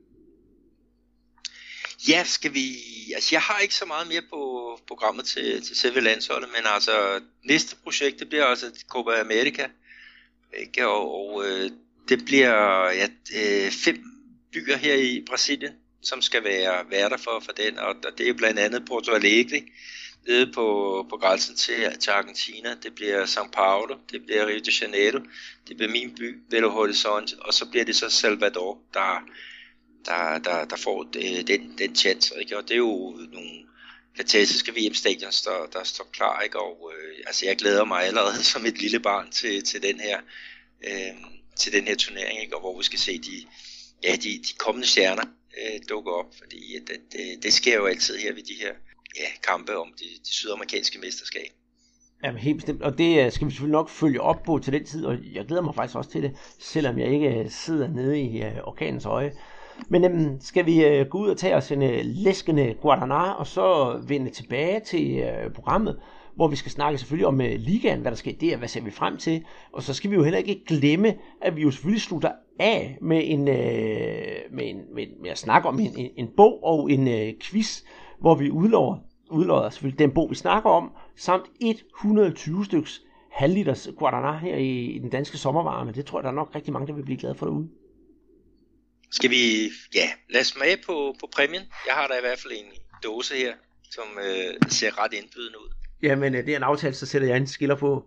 Ja, altså jeg har ikke så meget mere på programmet til selve landsholdet, men altså næste projekt, det bliver altså Copa America, ikke? Og det bliver 5 byer her i Brasilien, som skal være værter for den, og det er blandt andet Porto Alegre, nede på grænsen til Argentina, det bliver São Paulo, det bliver Rio de Janeiro, det bliver min by, Belo Horizonte, og så bliver det så Salvador, der får den chance, ikke? Og det er jo nogle fantastiske VM-stadions, der står klar, ikke? Og altså jeg glæder mig allerede som et lille barn til den her turnering, ikke? Og hvor vi skal se de kommende stjerner dukke op, fordi det sker jo altid her ved de her kampe om det sydamerikanske mesterskab. Jamen helt bestemt, og det skal vi selvfølgelig nok følge op på til den tid, og jeg glæder mig faktisk også til det, selvom jeg ikke sidder nede i orkanens øje. Men skal vi gå ud og tage os en læskende Guaraná, og så vende tilbage til programmet, hvor vi skal snakke selvfølgelig om ligaen, hvad der sker der, hvad ser vi frem til, og så skal vi jo heller ikke glemme, at vi jo selvfølgelig slutter af med med at snakke om en bog og en quiz, hvor vi udlodder selvfølgelig den bog, vi snakker om, samt 120 styks halvliters Guaraná her i den danske sommervarme. Det tror jeg, der er nok rigtig mange, der vil blive glade for derude. Skal vi, lad os smage på præmien. Jeg har der i hvert fald en dåse her, som ser ret indbydende ud. Jamen, det er en aftale, så sætter jeg en skiller på.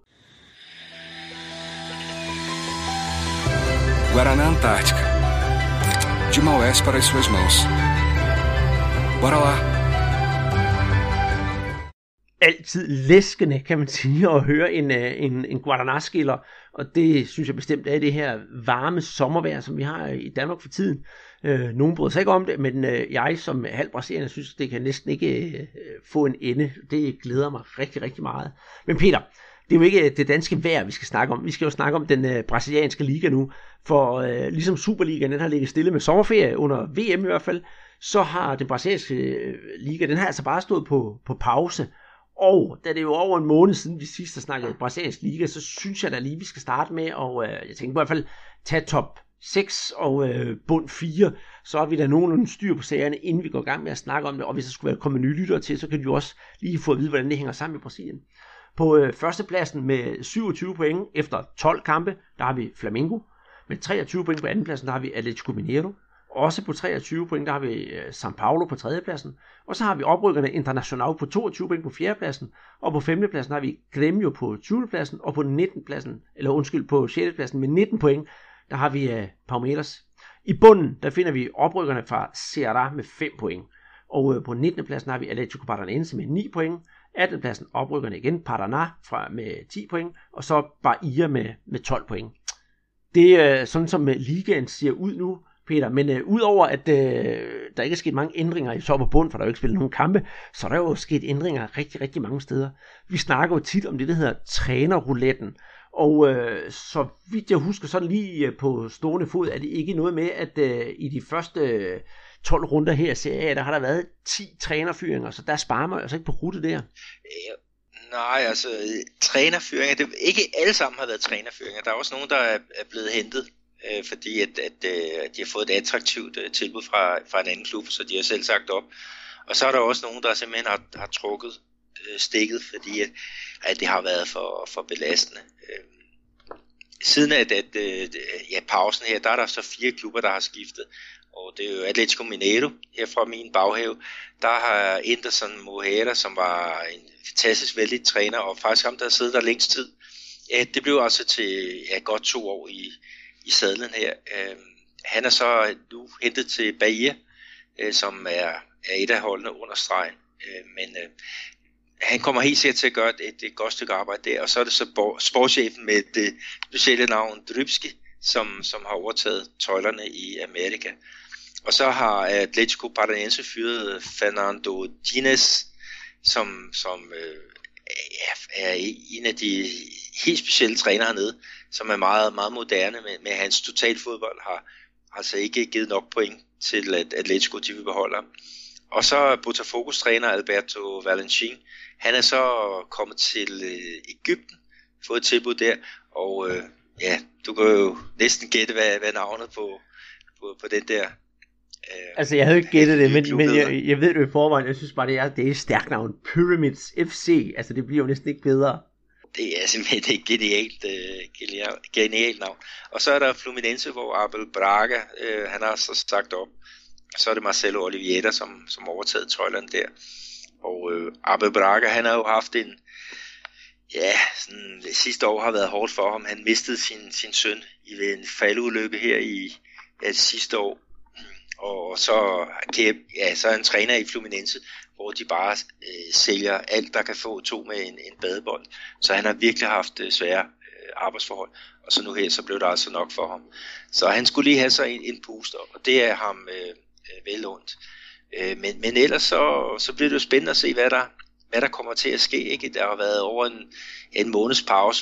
Guaraná Antártica. De Maués para as suas mãos. Bora lá. altid læskende, kan man sige, at høre en Guaraná-skiller, og det synes jeg bestemt er det her varme sommervejr, som vi har i Danmark for tiden. Nogen bryder sig ikke om det, men jeg som halv brasilianer synes, det kan næsten ikke få en ende. Det glæder mig rigtig, rigtig meget. Men Peter, det er jo ikke det danske vejr, vi skal snakke om. Vi skal jo snakke om den brasilianske liga nu, for ligesom Superligaen, den har ligget stille med sommerferie under VM i hvert fald, så har den brasilianske liga, den har altså bare stået på pause. Og da det er jo over en måned siden vi sidst har snakket brasiliansk liga, så synes jeg da lige, vi skal starte med, og jeg tænker på i hvert fald tage top 6 og bund 4, så har vi da nogenlunde styr på sagerne, inden vi går i gang med at snakke om det, og hvis der skulle være kommet nye lyttere til, så kan vi jo også lige få at vide, hvordan det hænger sammen i Brasilien. På førstepladsen med 27 point efter 12 kampe, der har vi Flamengo. Med 23 point på andenpladsen, der har vi Atlético Mineiro. Også på 23 point, der har vi São Paulo på tredjepladsen. Og så har vi oprykkerne Internacional på 22 point på fjerdepladsen. Og på femtepladsen har vi Grêmio på 20. pladsen. Og på 19. pladsen, på 6. pladsen med 19 point, der har vi Palmeiras. I bunden, der finder vi oprykkerne fra Ceará med 5 point. Og på 19. pladsen har vi Atlético Paranaense med 9 point. 18. pladsen oprykkerne igen, Paraná med 10 point. Og så Bahia med 12 point. Det er sådan, som ligaen ser ud nu, Peter, men udover at der ikke er sket mange ændringer i top og bund, for der er jo ikke spillet nogen kampe, så er der jo sket ændringer rigtig, rigtig mange steder. Vi snakker jo tit om det, der hedder trænerrouletten, og så vidt jeg husker sådan lige på stående fod, er det ikke noget med, at i de første 12 runder her i Serie A, der har der været 10 trænerfyringer, så der sparer man altså ikke på rute der. Nej, altså trænerfyringer, det ikke alle sammen har været trænerfyringer. Der er også nogen, der er blevet hentet, fordi at de har fået et attraktivt tilbud fra en anden klub, så de har selv sagt op. Og så er der også nogen, der simpelthen har trukket stikket, fordi at det har været for belastende. Siden pausen her, der er der så 4 klubber, der har skiftet. Og det er jo Atlético Mineiro her fra min baghave. Der har Anderson Moreira, som var en fantastisk vældig træner, og faktisk ham, der har siddet der længst tid. Det blev altså til godt 2 år i sadlen her. Han er så nu hentet til Bahia, som er et af holdene under stregen. Men han kommer helt sikkert til at gøre et godt stykke arbejde der. Og så er det så sportschefen med det specielle navn Drybski, som har overtaget tøjlerne i Amerika. Og så har Atlético Paranaense fyret Fernando Diniz, som er en af de helt specielle trænere hernede, som er meget, meget moderne med hans totalfodbold, har altså ikke givet nok point til, at Atlético de vil beholde ham. Og så Botafogos træner Alberto Valentim, han er så kommet til Egypten, fået et tilbud der, og du kan jo næsten gætte, hvad navnet på den der... Altså, jeg havde ikke gættet det, men jeg ved det i forvejen. Jeg synes bare, det er et stærkt navn. Pyramids FC. Altså, det bliver jo næsten ikke bedre. Det er simpelthen et genialt navn. Og så er der Fluminense, hvor Abel Braga, han har så sagt op. Så er det Marcelo Oliveira, som overtaget trøjlerne der. Og Abel Braga, han har jo haft sidste år har været hårdt for ham. Han mistede sin søn i en faldulykke her i sidste år. Og så er han træner i Fluminense, hvor de bare sælger alt, der kan få 2 med en badebold. Så han har virkelig haft svære arbejdsforhold. Og så nu her, så blev det altså nok for ham. Så han skulle lige have sig en puster, og det er ham vel ondt. Men ellers så bliver det jo spændende at se, hvad der kommer til at ske. Ikke? Der har været over en måneds pause.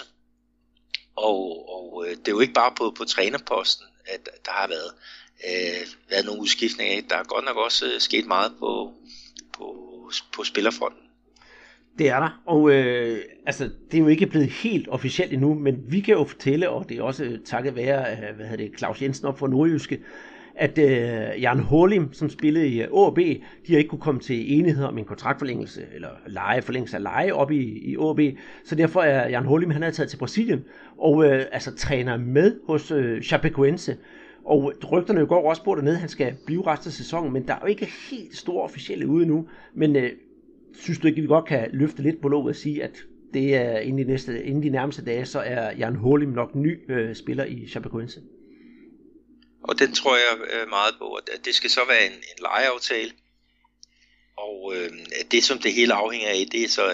Og det er jo ikke bare på trænerposten, at der har været nogle udskiftninger. Der er godt nok også sket meget på spillerfronten. Det er der, og det er jo ikke blevet helt officielt endnu, men vi kan jo fortælle, og det er også takket være Claus Jensen op for Nordjyske, at Jan Holim, som spillede i AaB, de har ikke kunne komme til enighed om en kontraktforlængelse, eller forlængelse af leje op i AaB, så derfor er Jan Holim, han er taget til Brasilien, og træner med hos Chapecoense. Og rygterne går også på dernede, at han skal blive resten af sæsonen, men der er jo ikke helt store officielle ude nu. Men synes du ikke, at vi godt kan løfte lidt på låget og sige, at det er inden de nærmeste dage, så er Jan Holim nok ny spiller i Chapecoense? Og den tror jeg meget på, at det skal så være en lejeaftale. Og det som det hele afhænger af, det er så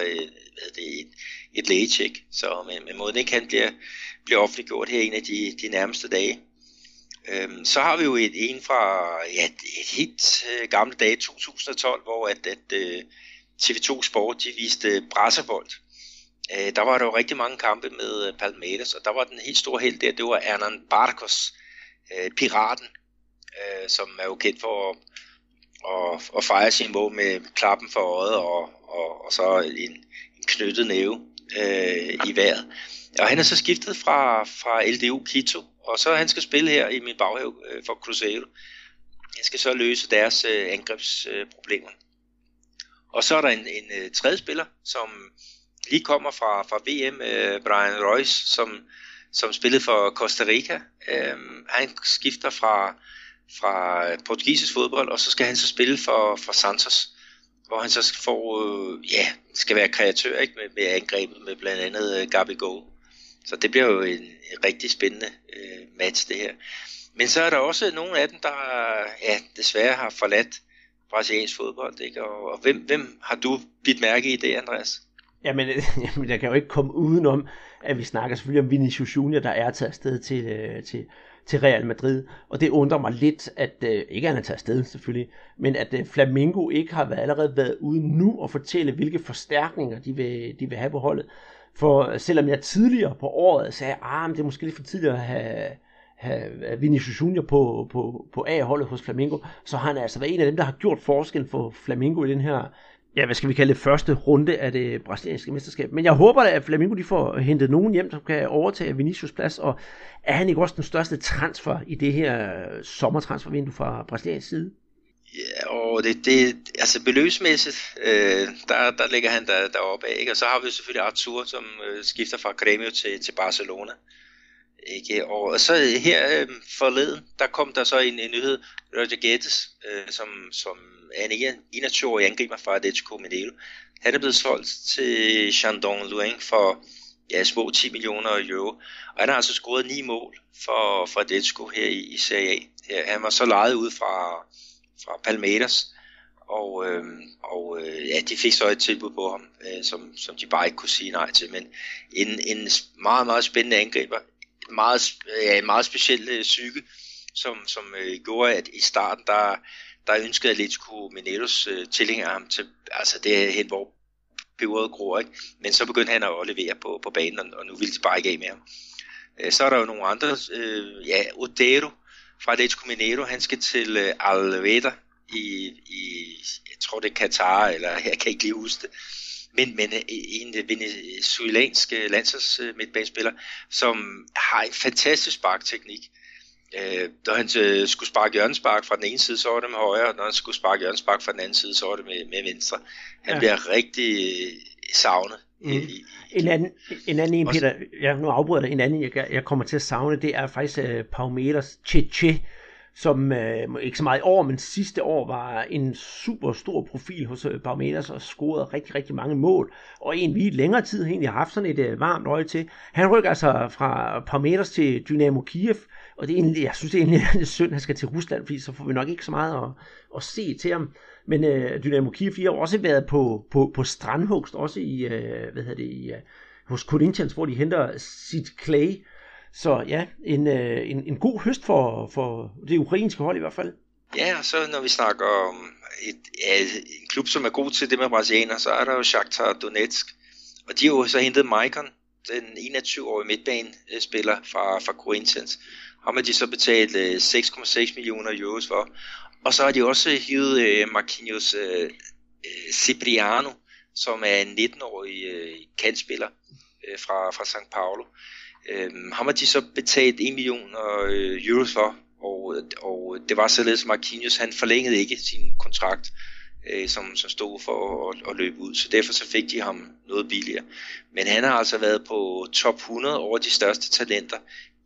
et lægecheck. Så med måden ikke han bliver offentliggjort her en af de nærmeste dage. Så har vi jo en fra et helt gamle dage, 2012, hvor at TV2 Sport de viste brasserbold. Der var der jo rigtig mange kampe med Palmeiras, og der var den helt store held der, det var Hernan Barcos, piraten, som er jo kendt for at fejre sin mål med klappen for øjet og så en knyttet næve i vejret. Og han er så skiftet fra LDU Quito, og så han skal spille her i min baghave for Cruzeiro. Han skal så løse deres angrebsproblemer. Og så er der en tredje spiller, som lige kommer fra VM, Brian Royce, som spillede for Costa Rica. Han skifter fra portugisisk fodbold, og så skal han så spille for Santos, hvor han så skal være kreatør, ikke, med angrebet med blandt andet Gabigol. Så det bliver jo en rigtig spændende match det her. Men så er der også nogle af dem, der desværre har forladt brasiliansk fodbold, ikke? Og hvem har du bidt mærke i det, Andreas? Jamen, jeg kan jo ikke komme udenom, at vi snakker selvfølgelig om Vinicius Junior, der er taget afsted til Real Madrid. Og det undrer mig lidt, at ikke han er taget afsted selvfølgelig, men at Flamengo ikke har allerede været ude nu og fortælle, hvilke forstærkninger de vil have på holdet. For selvom jeg tidligere på året sagde, det er måske lidt for tidligt at have Vinicius Junior på A-holdet hos Flamengo, så har han altså været en af dem, der har gjort forskel for Flamengo i den her, hvad skal vi kalde det, første runde af det brasilianske mesterskab. Men jeg håber da, at Flamengo de får hentet nogen hjem, som kan overtage Vinicius plads, og er han ikke også den største transfer i det her sommertransfervindue fra brasiliansk side? Ja, og det altså beløbsmæssigt, der ligger han deroppe af, ikke? Og så har vi selvfølgelig Arthur, som skifter fra Grêmio til Barcelona, ikke? Og så her forleden, der kom der så en nyhed, Roger Guedes, som er en 21-årig angriber fra Atlético Mineiro. Han er blevet solgt til Shandong Luneng for små 10 millioner euro, og han har altså scoret 9 mål for Atlético her i Serie A. Han var så lejet ud fra Palmeiras, og de fik så et tilbud på ham, som de bare ikke kunne sige nej til, men en meget, meget spændende angriber, en meget speciel psyke, som gjorde, at i starten, der ønskede Atlético Mineiros tilhænger ham til, altså det er hen, hvor peberet gror, ikke? Men så begyndte han at levere på banen, og nu ville de bare ikke af med ham. Så er der jo nogle andre, Otero fra Atlético Mineiro, han skal til Alveda i jeg tror det er Katar, eller jeg kan ikke lige huske det, men en venezuelansk landsholdsmidtbanespiller, som har en fantastisk sparkteknik. Når han skulle sparke hjørnespark fra den ene side, så var det med højre, og når han skulle sparke hjørnespark fra den anden side, så var det med venstre. Han bliver rigtig savnet. En anden Peter, nu afbryder jeg, en anden jeg kommer til at savne, det er faktisk Palmeiras Cheche, som ikke så meget i år, men sidste år var en super stor profil hos Palmeiras og scorede rigtig, rigtig mange mål, og en vi i længere tid egentlig har haft sådan et varmt øje til. Han rykker altså fra Palmeiras til Dynamo Kiev, og det er egentlig, jeg synes det er egentlig lidt synd, at han skal til Rusland, fordi så får vi nok ikke så meget at se til ham. Men Dynamo Kiev har også været på strandhugst, også i, hos Corinthians, hvor de henter Sid Clay. Så ja, en god høst for det ukrainske hold i hvert fald. Ja, og så når vi snakker om en klub, som er god til det med brasilianer, så er der jo Shakhtar Donetsk. Og de har jo så hentet Maicon, den 21-årige midtbanespiller fra Corinthians. Ham har de så betalt 6,6 millioner euros for. Og så har de også hivet Marquinhos Cipriano, som er en 19-årig kantspiller fra São Paulo. Ham har de så betalt 1 million euros for, og det var således Marquinhos, han forlængede ikke sin kontrakt, som stod for at løbe ud, så derfor så fik de ham noget billigere. Men han har altså været på top 100 over de største talenter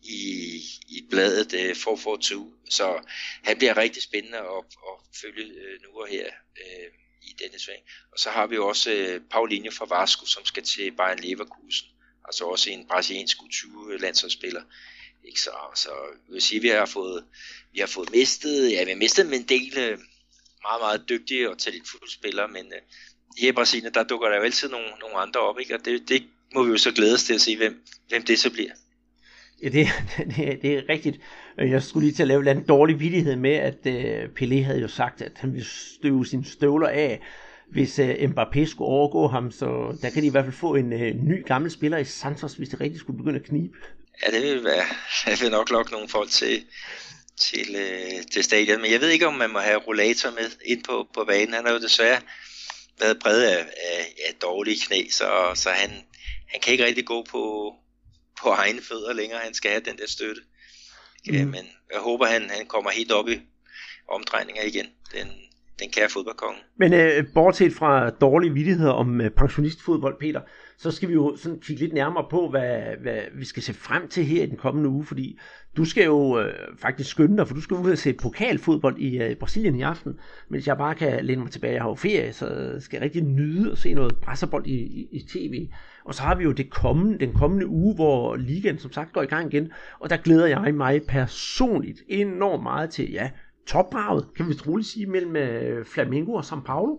i bladet 442, så han bliver rigtig spændende at følge nu og her i denne sving. Og så har vi jo også Paulinho fra Vasco, som skal til Bayern Leverkusen, altså også en brasiliansk U20-landsholdsspiller. Så jeg vil sige, vi har mistet en del meget, meget dygtige og talentfulde spillere, men her i Brasilien, der dukker der jo altid nogle andre op, ikke? Og det må vi jo så glæde os til at se, hvem det så bliver. Ja, det er rigtigt. Jeg skulle lige til at lave en dårlig vittighed med, at Pelé havde jo sagt, at han ville støve sine støvler af, hvis Mbappé skulle overgå ham, så der kan de i hvert fald få en ny gammel spiller i Santos, hvis det rigtig skulle begynde at knibe. Ja, det vil være. Jeg vil nok lokke nogle folk til stadion, men jeg ved ikke, om man må have rollator med ind på banen. Han har jo desværre været præget af dårlige knæ, så han kan ikke rigtig gå på egne fødder længere. Han skal have den der støtte. Men jeg håber, han kommer helt op i omdrejninger igen. Den kære fodboldkonge. Men bortset fra dårlige vittigheder om pensionistfodbold, Peter, så skal vi jo sådan kigge lidt nærmere på, hvad vi skal se frem til her i den kommende uge, fordi du skal jo faktisk skynde dig, for du skal ud og se pokalfodbold i Brasilien i aften, mens jeg bare kan læne mig tilbage. Jeg har jo ferie, så skal jeg rigtig nyde at se noget brasserbold i tv. Og så har vi jo den kommende uge, hvor ligaen som sagt går i gang igen, og der glæder jeg mig personligt enormt meget til, ja, topbraget, kan vi troligt sige, mellem Flamengo og São Paulo.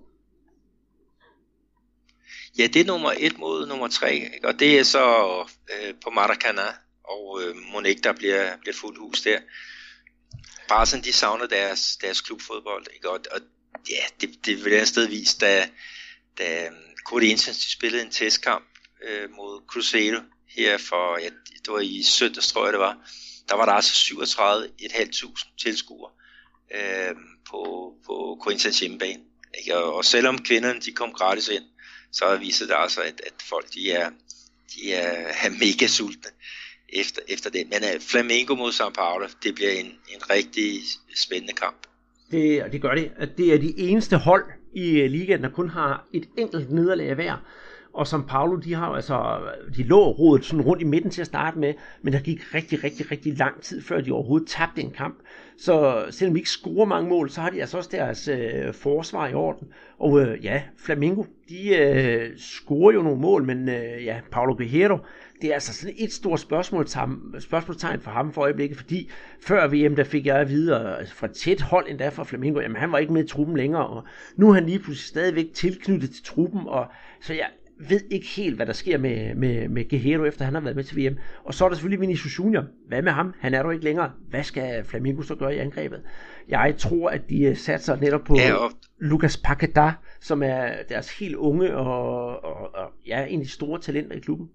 Ja, det er nummer 1 mod nummer 3, ikke? Og det er så på Maracanã, og Monique, der bliver fuldt hus der. Bare sådan, de savner deres klubfodbold, ikke? Og ja, det vil et sted vise, da Corinthians de spillede en testkamp mod Cruzeiro her for, ja, det var i søndags, tror jeg det var. Der var der altså 37.500 tilskuere på Corinthians hjemmebane. Ikke? Og selvom kvinderne de kom gratis ind, så viser det altså, at folk de er mega sultne efter det. Men Flamengo mod São Paulo, det bliver en rigtig spændende kamp. Det gør det. Det er de eneste hold i ligaen, der kun har et enkelt nederlag hver. Og São Paulo, de lå rodet sådan rundt i midten til at starte med, men der gik rigtig, rigtig, rigtig lang tid, før de overhovedet tabte en kamp. Så selvom de ikke scorer mange mål, så har de altså også deres forsvar i orden. Og ja, Flamengo, de scorer jo nogle mål, men ja, Paulo Guerreiro, det er altså sådan et stort spørgsmålstegn for ham for øjeblikket, fordi før VM, der fik jeg at vide fra tæt hold endda fra Flamengo, jamen han var ikke med i truppen længere, og nu er han lige pludselig stadigvæk tilknyttet til truppen, og så jeg ved ikke helt, hvad der sker med Guerreiro, efter han har været med til VM. Og så er der selvfølgelig Vinicius Junior. Hvad med ham? Han er der ikke længere. Hvad skal Flamengo så gøre i angrebet? Jeg tror, at de satser netop på Lucas Paquetá, som er deres helt unge og ja, en af de store talenter i klubben.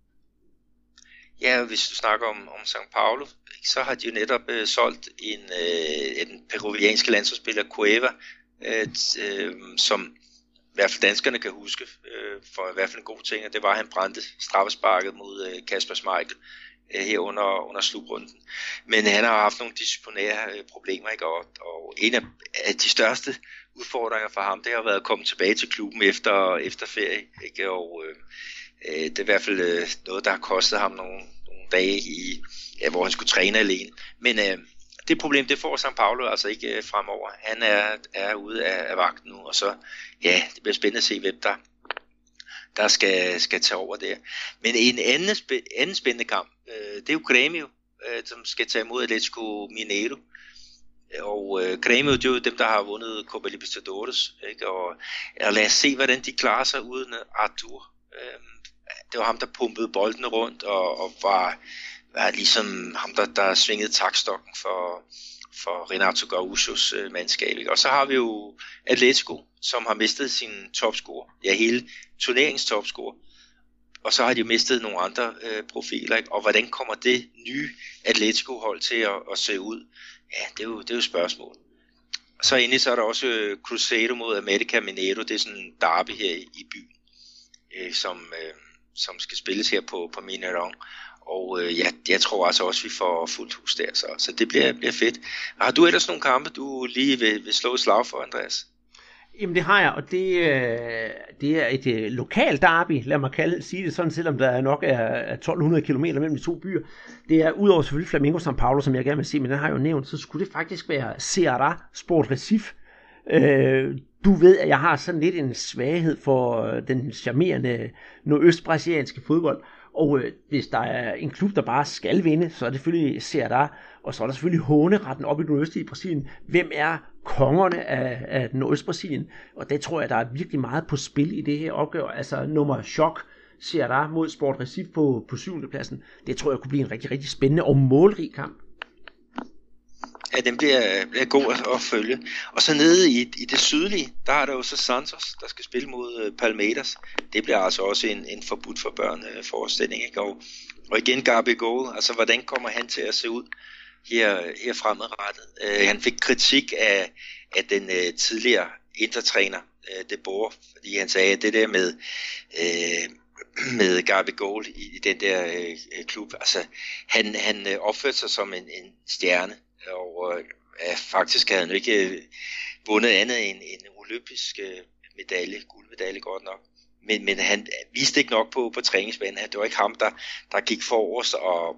Ja, hvis du snakker om São Paulo, så har de jo netop solgt en peruvianske landsholdsspiller, Cueva, som i hvert fald danskerne kan huske for i hvert fald en god ting, og det var, at han brændte straffesparket mod Kasper Schmeichel her under slutrunden. Men han har haft nogle disciplinære problemer, ikke? Og en af de største udfordringer for ham, det har været at komme tilbage til klubben efter ferie, ikke? Og det er i hvert fald noget, der har kostet ham nogle dage, hvor han skulle træne alene. Men det problem, det får São Paulo altså ikke fremover. Han er ude af vagten nu, og så, ja, det bliver spændende at se, hvem der skal tage over der. Men en anden spændende kamp, det er jo Grêmio, som skal tage imod Atlético Mineiro. Og Grêmio, det er jo dem, der har vundet Copa Libertadores, ikke? Og lad os se, hvordan de klarer sig uden Arthur. Det var ham, der pumpede boldene rundt, og var ligesom ham, der svingede taktstokken for Renato Gaúchos mandskab. Ikke? Og så har vi jo Atletico, som har mistet sin topscorer. Ja, hele turneringens topscorer. Og så har de mistet nogle andre profiler. Ikke? Og hvordan kommer det nye Atletico-hold til at se ud? Ja, det er jo spørgsmål. Og så endelig så er der også Cruzeiro mod América Mineiro. Det er sådan en derby her i byen, som skal spilles her på Mineirão. Og jeg tror altså også, vi får fuldt hus der, så det bliver fedt. Har du ellers nogle kampe, du lige vil slå et slag for, Andreas? Jamen det har jeg, og det er et lokalt derby, lad mig sige det sådan, selvom der nok er 1200 km mellem de to byer. Det er udover selvfølgelig Flamengo São Paulo, som jeg gerne vil se, men den har jeg jo nævnt, så skulle det faktisk være Ceará Sport Recife, Du ved, at jeg har sådan lidt en svaghed for den charmerende nordøstbrasilianske fodbold. Og hvis der er en klub, der bare skal vinde, så er det selvfølgelig Ceará, og så er der selvfølgelig håneretten op i nordøstlige Brasilien. Hvem er kongerne af Nordøst-Brasilien? Og det tror jeg, der er virkelig meget på spil i det her opgør. Altså nummer chok, Ceará mod Sport Recife på 7. pladsen. Det tror jeg kunne blive en rigtig, rigtig spændende og målrig kamp. Ja, den bliver god at følge. Og så nede i det sydlige, der er der jo så Santos, der skal spille mod Palmeiras. Det bliver altså også en forbudt for børn forestilling, ikke? Og igen Gabigol, altså hvordan kommer han til at se ud her fremadrettet? Han fik kritik af den tidligere intertræner, De Boer, fordi han sagde, at det der med Gabigol i den der klub, altså han opførte sig som en stjerne. Og faktisk havde han jo ikke vundet andet end en olympisk medalje, guldmedalje godt nok. Men han viste ikke nok på træningsbanen. Det var ikke ham, der gik forrest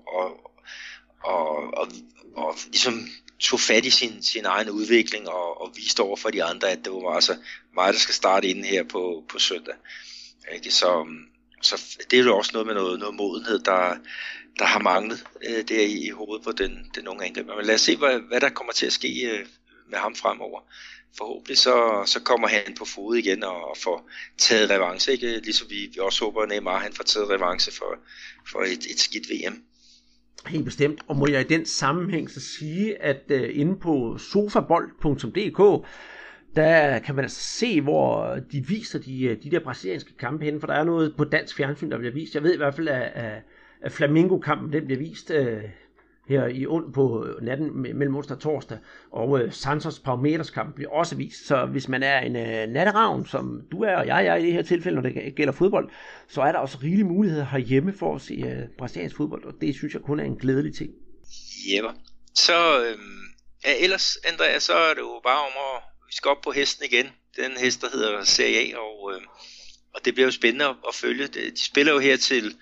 og ligesom tog fat i sin egen udvikling og viste over for de andre, at det var altså mig, der skal starte inden her på søndag. Ikke? Så det er jo også noget med noget modenhed, der har manglet der i hovedet på den unge angriber. Men lad os se, hvad der kommer til at ske med ham fremover. Forhåbentlig så kommer han på fod igen og får taget revanche, ikke? Ligesom vi også håber, at Neymar han får taget revanche for et skidt VM. Helt bestemt, og må jeg i den sammenhæng så sige, at inde på sofabold.dk, der kan man altså se, hvor de viser de der brasilianske kampe henne, for der er noget på dansk fjernsyn, der bliver vist. Jeg ved i hvert fald, at Flamengo-kampen, den bliver vist her på natten mellem onsdag og torsdag, og Santos Palmeiras-kampen bliver også vist. Så hvis man er en natteravn, som du er og jeg er i det her tilfælde, når det gælder fodbold, så er der også rigelige muligheder herhjemme for at se brasiliansk fodbold, og det synes jeg kun er en glædelig ting. Jepper. Så ellers, Andreas, så er det jo bare om at vi skal op på hesten igen. Den hest, der hedder Serie A, og det bliver jo spændende at følge. De spiller jo her til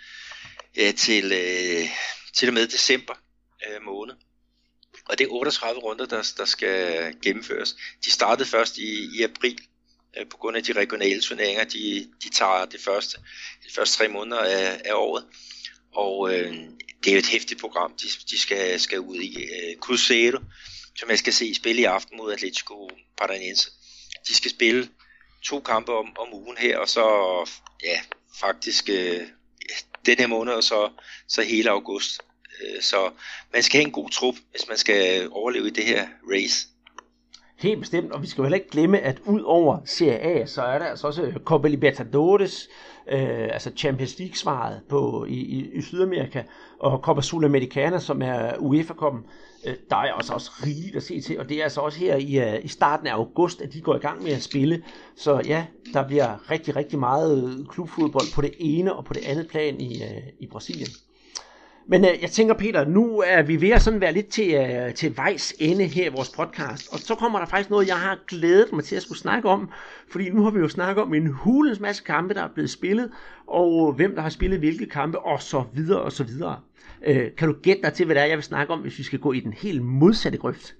og med december måned. Og det er 38 runder, der skal gennemføres. De startede først i april, på grund af de regionale turneringer. De tager de første 3 måneder af året. Og det er jo et hæftigt program, de skal ud i. Cruzeiro, som jeg skal se spille i aften mod Atlético Paranaense. De skal spille 2 kampe om ugen her, og så faktisk den her måned, og så hele august. Så man skal have en god trup, hvis man skal overleve i det her race. Helt bestemt, og vi skal jo heller ikke glemme, at ud over Serie A, så er der altså også Copa Libertadores, altså Champions League-svaret i Sydamerika, og Copa Sudamericana, som er UEFA-koppen. Der er også rigeligt at se til, og det er altså også her i starten af august, at de går i gang med at spille. Så ja, der bliver rigtig, rigtig meget klubfodbold på det ene og på det andet plan i Brasilien. Men jeg tænker, Peter, nu er vi ved at sådan være lidt til vejs ende her i vores podcast. Og så kommer der faktisk noget, jeg har glædet mig til at skulle snakke om. Fordi nu har vi jo snakket om en hulens masse kampe, der er blevet spillet. Og hvem der har spillet hvilke kampe, og så videre og så videre. Kan du gætte dig til, hvad det er, jeg vil snakke om, hvis vi skal gå i den helt modsatte grøft?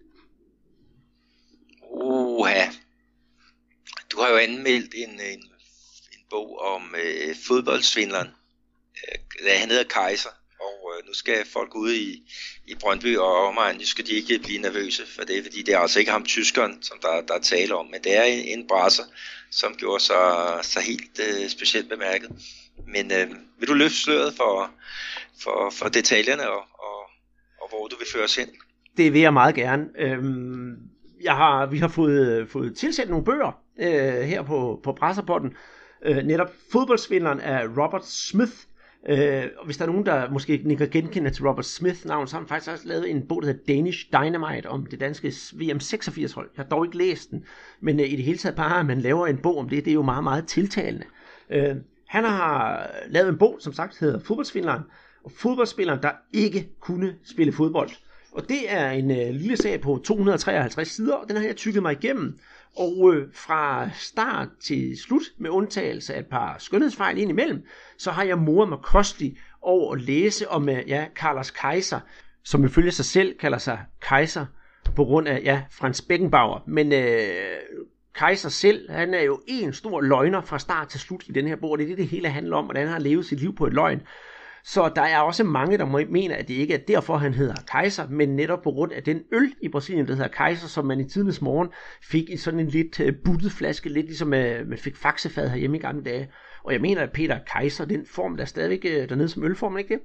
Du har jo anmeldt en bog om fodboldsvindleren. Han hedder Kaiser. Og nu skal folk ude i Brøndby og omegn, nu skal de ikke blive nervøse for det, fordi det er altså ikke ham tyskeren, som der er tale om, men det er en brasser, som gjorde sig helt specielt bemærket. Men vil du løfte sløret for detaljerne og hvor du vil føre os hen? Det vil jeg meget gerne. Vi har fået tilsendt nogle bøger her på Brasserpotten. Netop fodboldsvinderen af Robert Smith. Og hvis der er nogen, der måske ikke kan genkende til Robert Smith navn, så har han faktisk også lavet en bog, der hedder Danish Dynamite, om det danske VM 86 hold. Jeg har dog ikke læst den, men i det hele taget bare, at man laver en bog om det er jo meget, meget tiltalende. Han har lavet en bog, som sagt hedder Fodboldsvinderen, og fodboldspilleren, der ikke kunne spille fodbold. Og det er en lille sag på 253 sider, og den har jeg tykket mig igennem. Og fra start til slut, med undtagelse af et par skønhedsfejl indimellem, så har jeg moret mig kosteligt over at læse om Carlos Kaiser, som ifølge sig selv kalder sig Kaiser på grund af Franz Beckenbauer. Men Kaiser selv, han er jo en stor løgner fra start til slut i den her bog, det er det hele handler om, hvordan han har levet sit liv på et løgn. Så der er også mange, der mener, at det ikke er derfor, han hedder Kaiser, men netop på grund af den øl i Brasilien, der hedder Kaiser, som man i tidens morgen fik i sådan en lidt buttet flaske, lidt ligesom man fik faxefad herhjemme i gamle dage. Og jeg mener, at Peter Kaiser, den form, der er stadigvæk dernede som ølform, ikke det?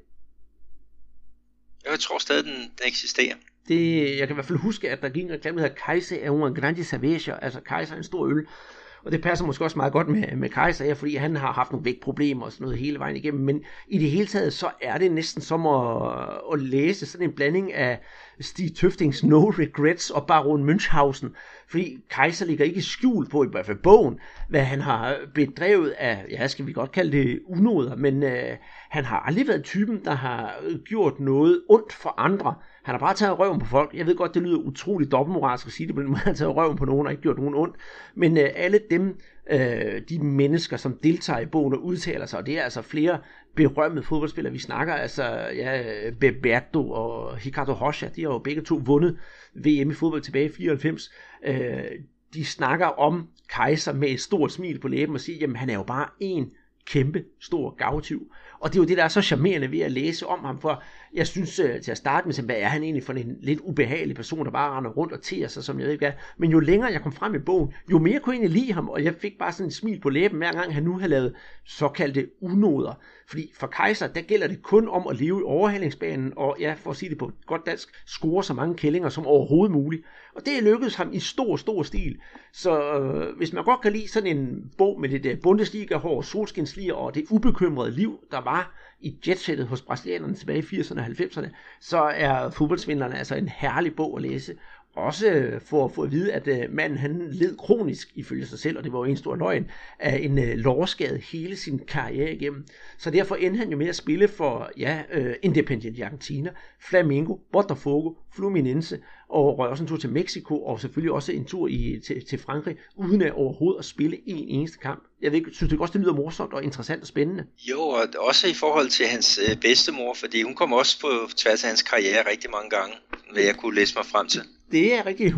Jeg tror stadig, den eksisterer. Jeg kan i hvert fald huske, at der gik en reklame, der hedder Kaiser er en grande cerveja, altså Kaiser er en stor øl. Og det passer måske også meget godt med Kaiser her, fordi han har haft nogle vægtproblemer og sådan noget hele vejen igennem. Men i det hele taget, så er det næsten som at læse sådan en blanding af Stig Tøftings No Regrets og Baron Münchhausen. Fordi Kaiser ligger ikke skjult på, i hvert fald bogen, hvad han har bedrevet af, ja, skal vi godt kalde det unåder, men han har aldrig været typen, der har gjort noget ondt for andre. Han har bare taget røven på folk. Jeg ved godt, det lyder utroligt dobbeltmoralsk at sige det, men han har taget røven på nogen og ikke gjort nogen ondt. Men alle dem, de mennesker, som deltager i bogen og udtaler sig, og det er altså flere berømmede fodboldspillere, vi snakker, altså ja, Bebeto og Ricardo Rocha, de har jo begge to vundet VM i fodbold tilbage i 94. De snakker om Kaiser med et stort smil på læben og siger, jamen han er jo bare en kæmpe stor gavtyv. Og det er jo det, der er så charmerende ved at læse om ham, for jeg synes til at starte med, hvad er han egentlig for en lidt ubehagelig person, der bare render rundt og teer sig, som jeg ved ikke hvad. Men jo længere jeg kom frem i bogen, jo mere kunne jeg egentlig lide ham, og jeg fik bare sådan et smil på læben, hver gang han nu har lavet såkaldte unåder. Fordi for Kaiser, der gælder det kun om at leve i overhalingsbanen, og ja, for at sige det på godt dansk, score så mange kællinger som overhovedet muligt. Og det lykkedes ham i stor stil. Så hvis man godt kan lide sådan en bog med det der Bundesliga-hår, solskinslier og det ubekymrede liv, der var i jetsættet hos brasilianerne tilbage i 80'erne og 90'erne, så er Fodboldsvindlerne altså en herlig bog at læse. Også for at få at vide, at manden han led kronisk ifølge sig selv, og det var jo en stor løgn, af en lårskade hele sin karriere igennem. Så derfor endte han jo med at spille for Independiente Argentina, Flamengo, Botafogo, Fluminense, og røg også en tur til Mexico, og selvfølgelig også en tur til Frankrig, uden at overhovedet at spille en eneste kamp. Jeg ved ikke, synes du også, det lyder morsomt og interessant og spændende? Jo, og også i forhold til hans bedstemor, fordi hun kom også på tværs af hans karriere rigtig mange gange, hvad jeg kunne læse mig frem til. Det er rigtigt.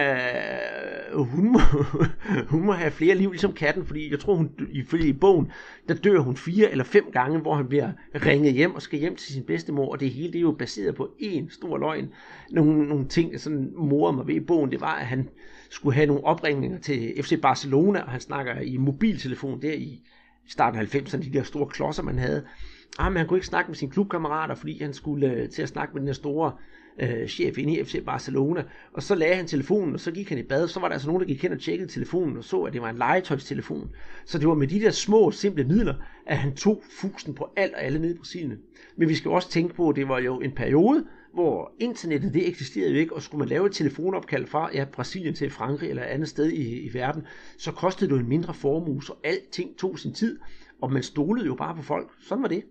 Hun må have flere liv, ligesom katten, fordi jeg tror, ifølge i bogen, der dør hun 4 eller 5 gange, hvor han bliver ringet hjem og skal hjem til sin bedstemor, og det hele det er jo baseret på en stor løgn. Nogle ting, der sådan morede mig ved i bogen, det var, at han skulle have nogle opringninger til FC Barcelona, og han snakker i mobiltelefon der i starten af 90'erne, de der store klodser, man havde. Men han kunne ikke snakke med sine klubkammerater, fordi han skulle til at snakke med den der store chef inde i FC Barcelona, og så lagde han telefonen, og så gik han i bad, så var der altså nogen, der gik hen og tjekkede telefonen, og så, at det var en legetøjstelefon. Så det var med de der små, simple midler, at han tog fusen på alt og alle nede i Brasilien. Men vi skal også tænke på, at det var jo en periode, hvor internettet, det eksisterede jo ikke, og skulle man lave et telefonopkald fra Brasilien til Frankrig eller et andet sted i verden, så kostede det jo en mindre formue, så alting tog sin tid, og man stolede jo bare på folk. Sådan var det.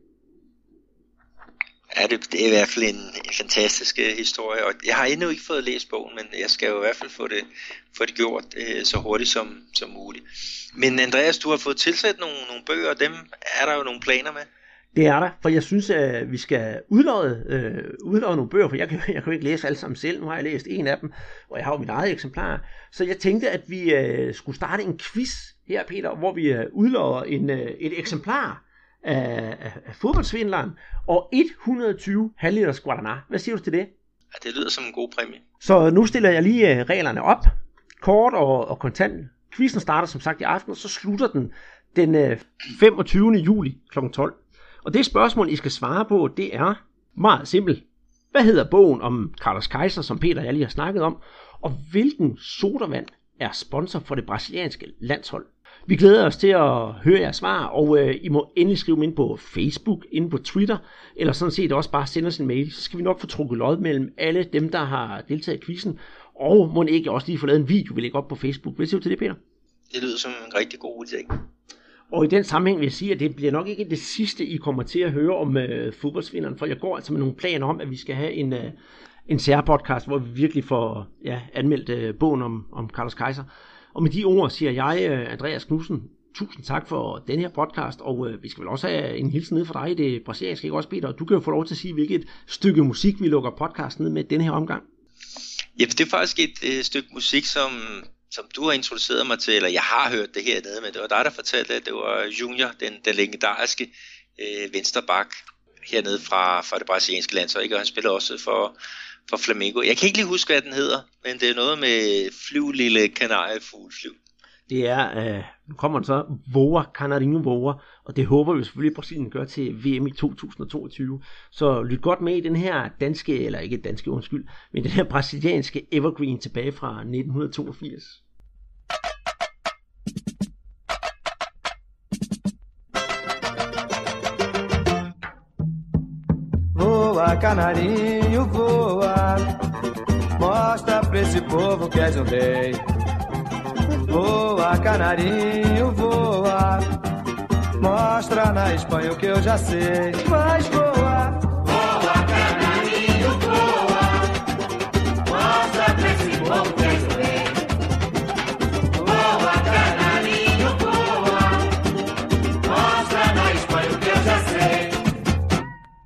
Ja, det er i hvert fald en fantastisk historie, og jeg har endnu ikke fået læst bogen, men jeg skal jo i hvert fald få det gjort så hurtigt som muligt. Men Andreas, du har fået tilsat nogle bøger, og dem er der jo nogle planer med. Det er der, for jeg synes, at vi skal udlåde nogle bøger, for jeg kan ikke læse alle sammen selv. Nu har jeg læst en af dem, og jeg har jo mit eget eksemplar. Så jeg tænkte, at vi skulle starte en quiz her, Peter, hvor vi udlåder et eksemplar af Fodboldsvindleren og 120 halvliters Guaraná. Hvad siger du til det? Ja, det lyder som en god præmie. Så nu stiller jeg lige reglerne op. Kort og kontant. Quizzen starter som sagt i aften, og så slutter den 25. juli kl. 12. Og det spørgsmål, I skal svare på, det er meget simpelt. Hvad hedder bogen om Carlos Kaiser, som Peter og jeg lige har snakket om? Og hvilken sodavand er sponsor for det brasilianske landshold? Vi glæder os til at høre jeres svar, og I må endelig skrive dem ind på Facebook, ind på Twitter, eller sådan set også bare sende os en mail. Så skal vi nok få trukket lod mellem alle dem, der har deltaget i quizzen, og må ikke også lige få lavet en video, vi lægger op på Facebook. Hvad siger du til det, Peter? Det lyder som en rigtig god idé. Og i den sammenhæng vil jeg sige, at det bliver nok ikke det sidste, I kommer til at høre om Fodboldsvinderen, for jeg går altså med nogle planer om, at vi skal have en særpodcast, hvor vi virkelig får anmeldt bogen om Carlos Kaiser. Og med de ord siger jeg, Andreas Knudsen, tusind tak for den her podcast, og vi skal vel også have en hilsen ned fra dig i det brasilianske, ikke også, Peter? Du kan jo få lov til at sige, hvilket stykke musik vi lukker podcasten ned med denne her omgang. Ja, det er faktisk et stykke musik, som som du har introduceret mig til, eller jeg har hørt det hernede, men det var dig, der fortalte, at det var Junior, den legendariske vensterbak hernede fra det brasilianske landshold, ikke? Og han spiller også for Flamengo. Jeg kan ikke lige huske, hvad den hedder, men det er noget med flyv, lille kanariefugl, flyv. Det er, nu kommer den så, Voa, Canarinho Voa, og det håber vi selvfølgelig, at Brasilien gør til VM i 2022. Så lyt godt med i den her danske, eller ikke danske, undskyld, men den her brasilianske evergreen tilbage fra 1982. Voa, canarinho, voa, mostra pra esse povo que és um rei. Voa, canarinho, voa, mostra na Espanha o que eu já sei. Mas voa,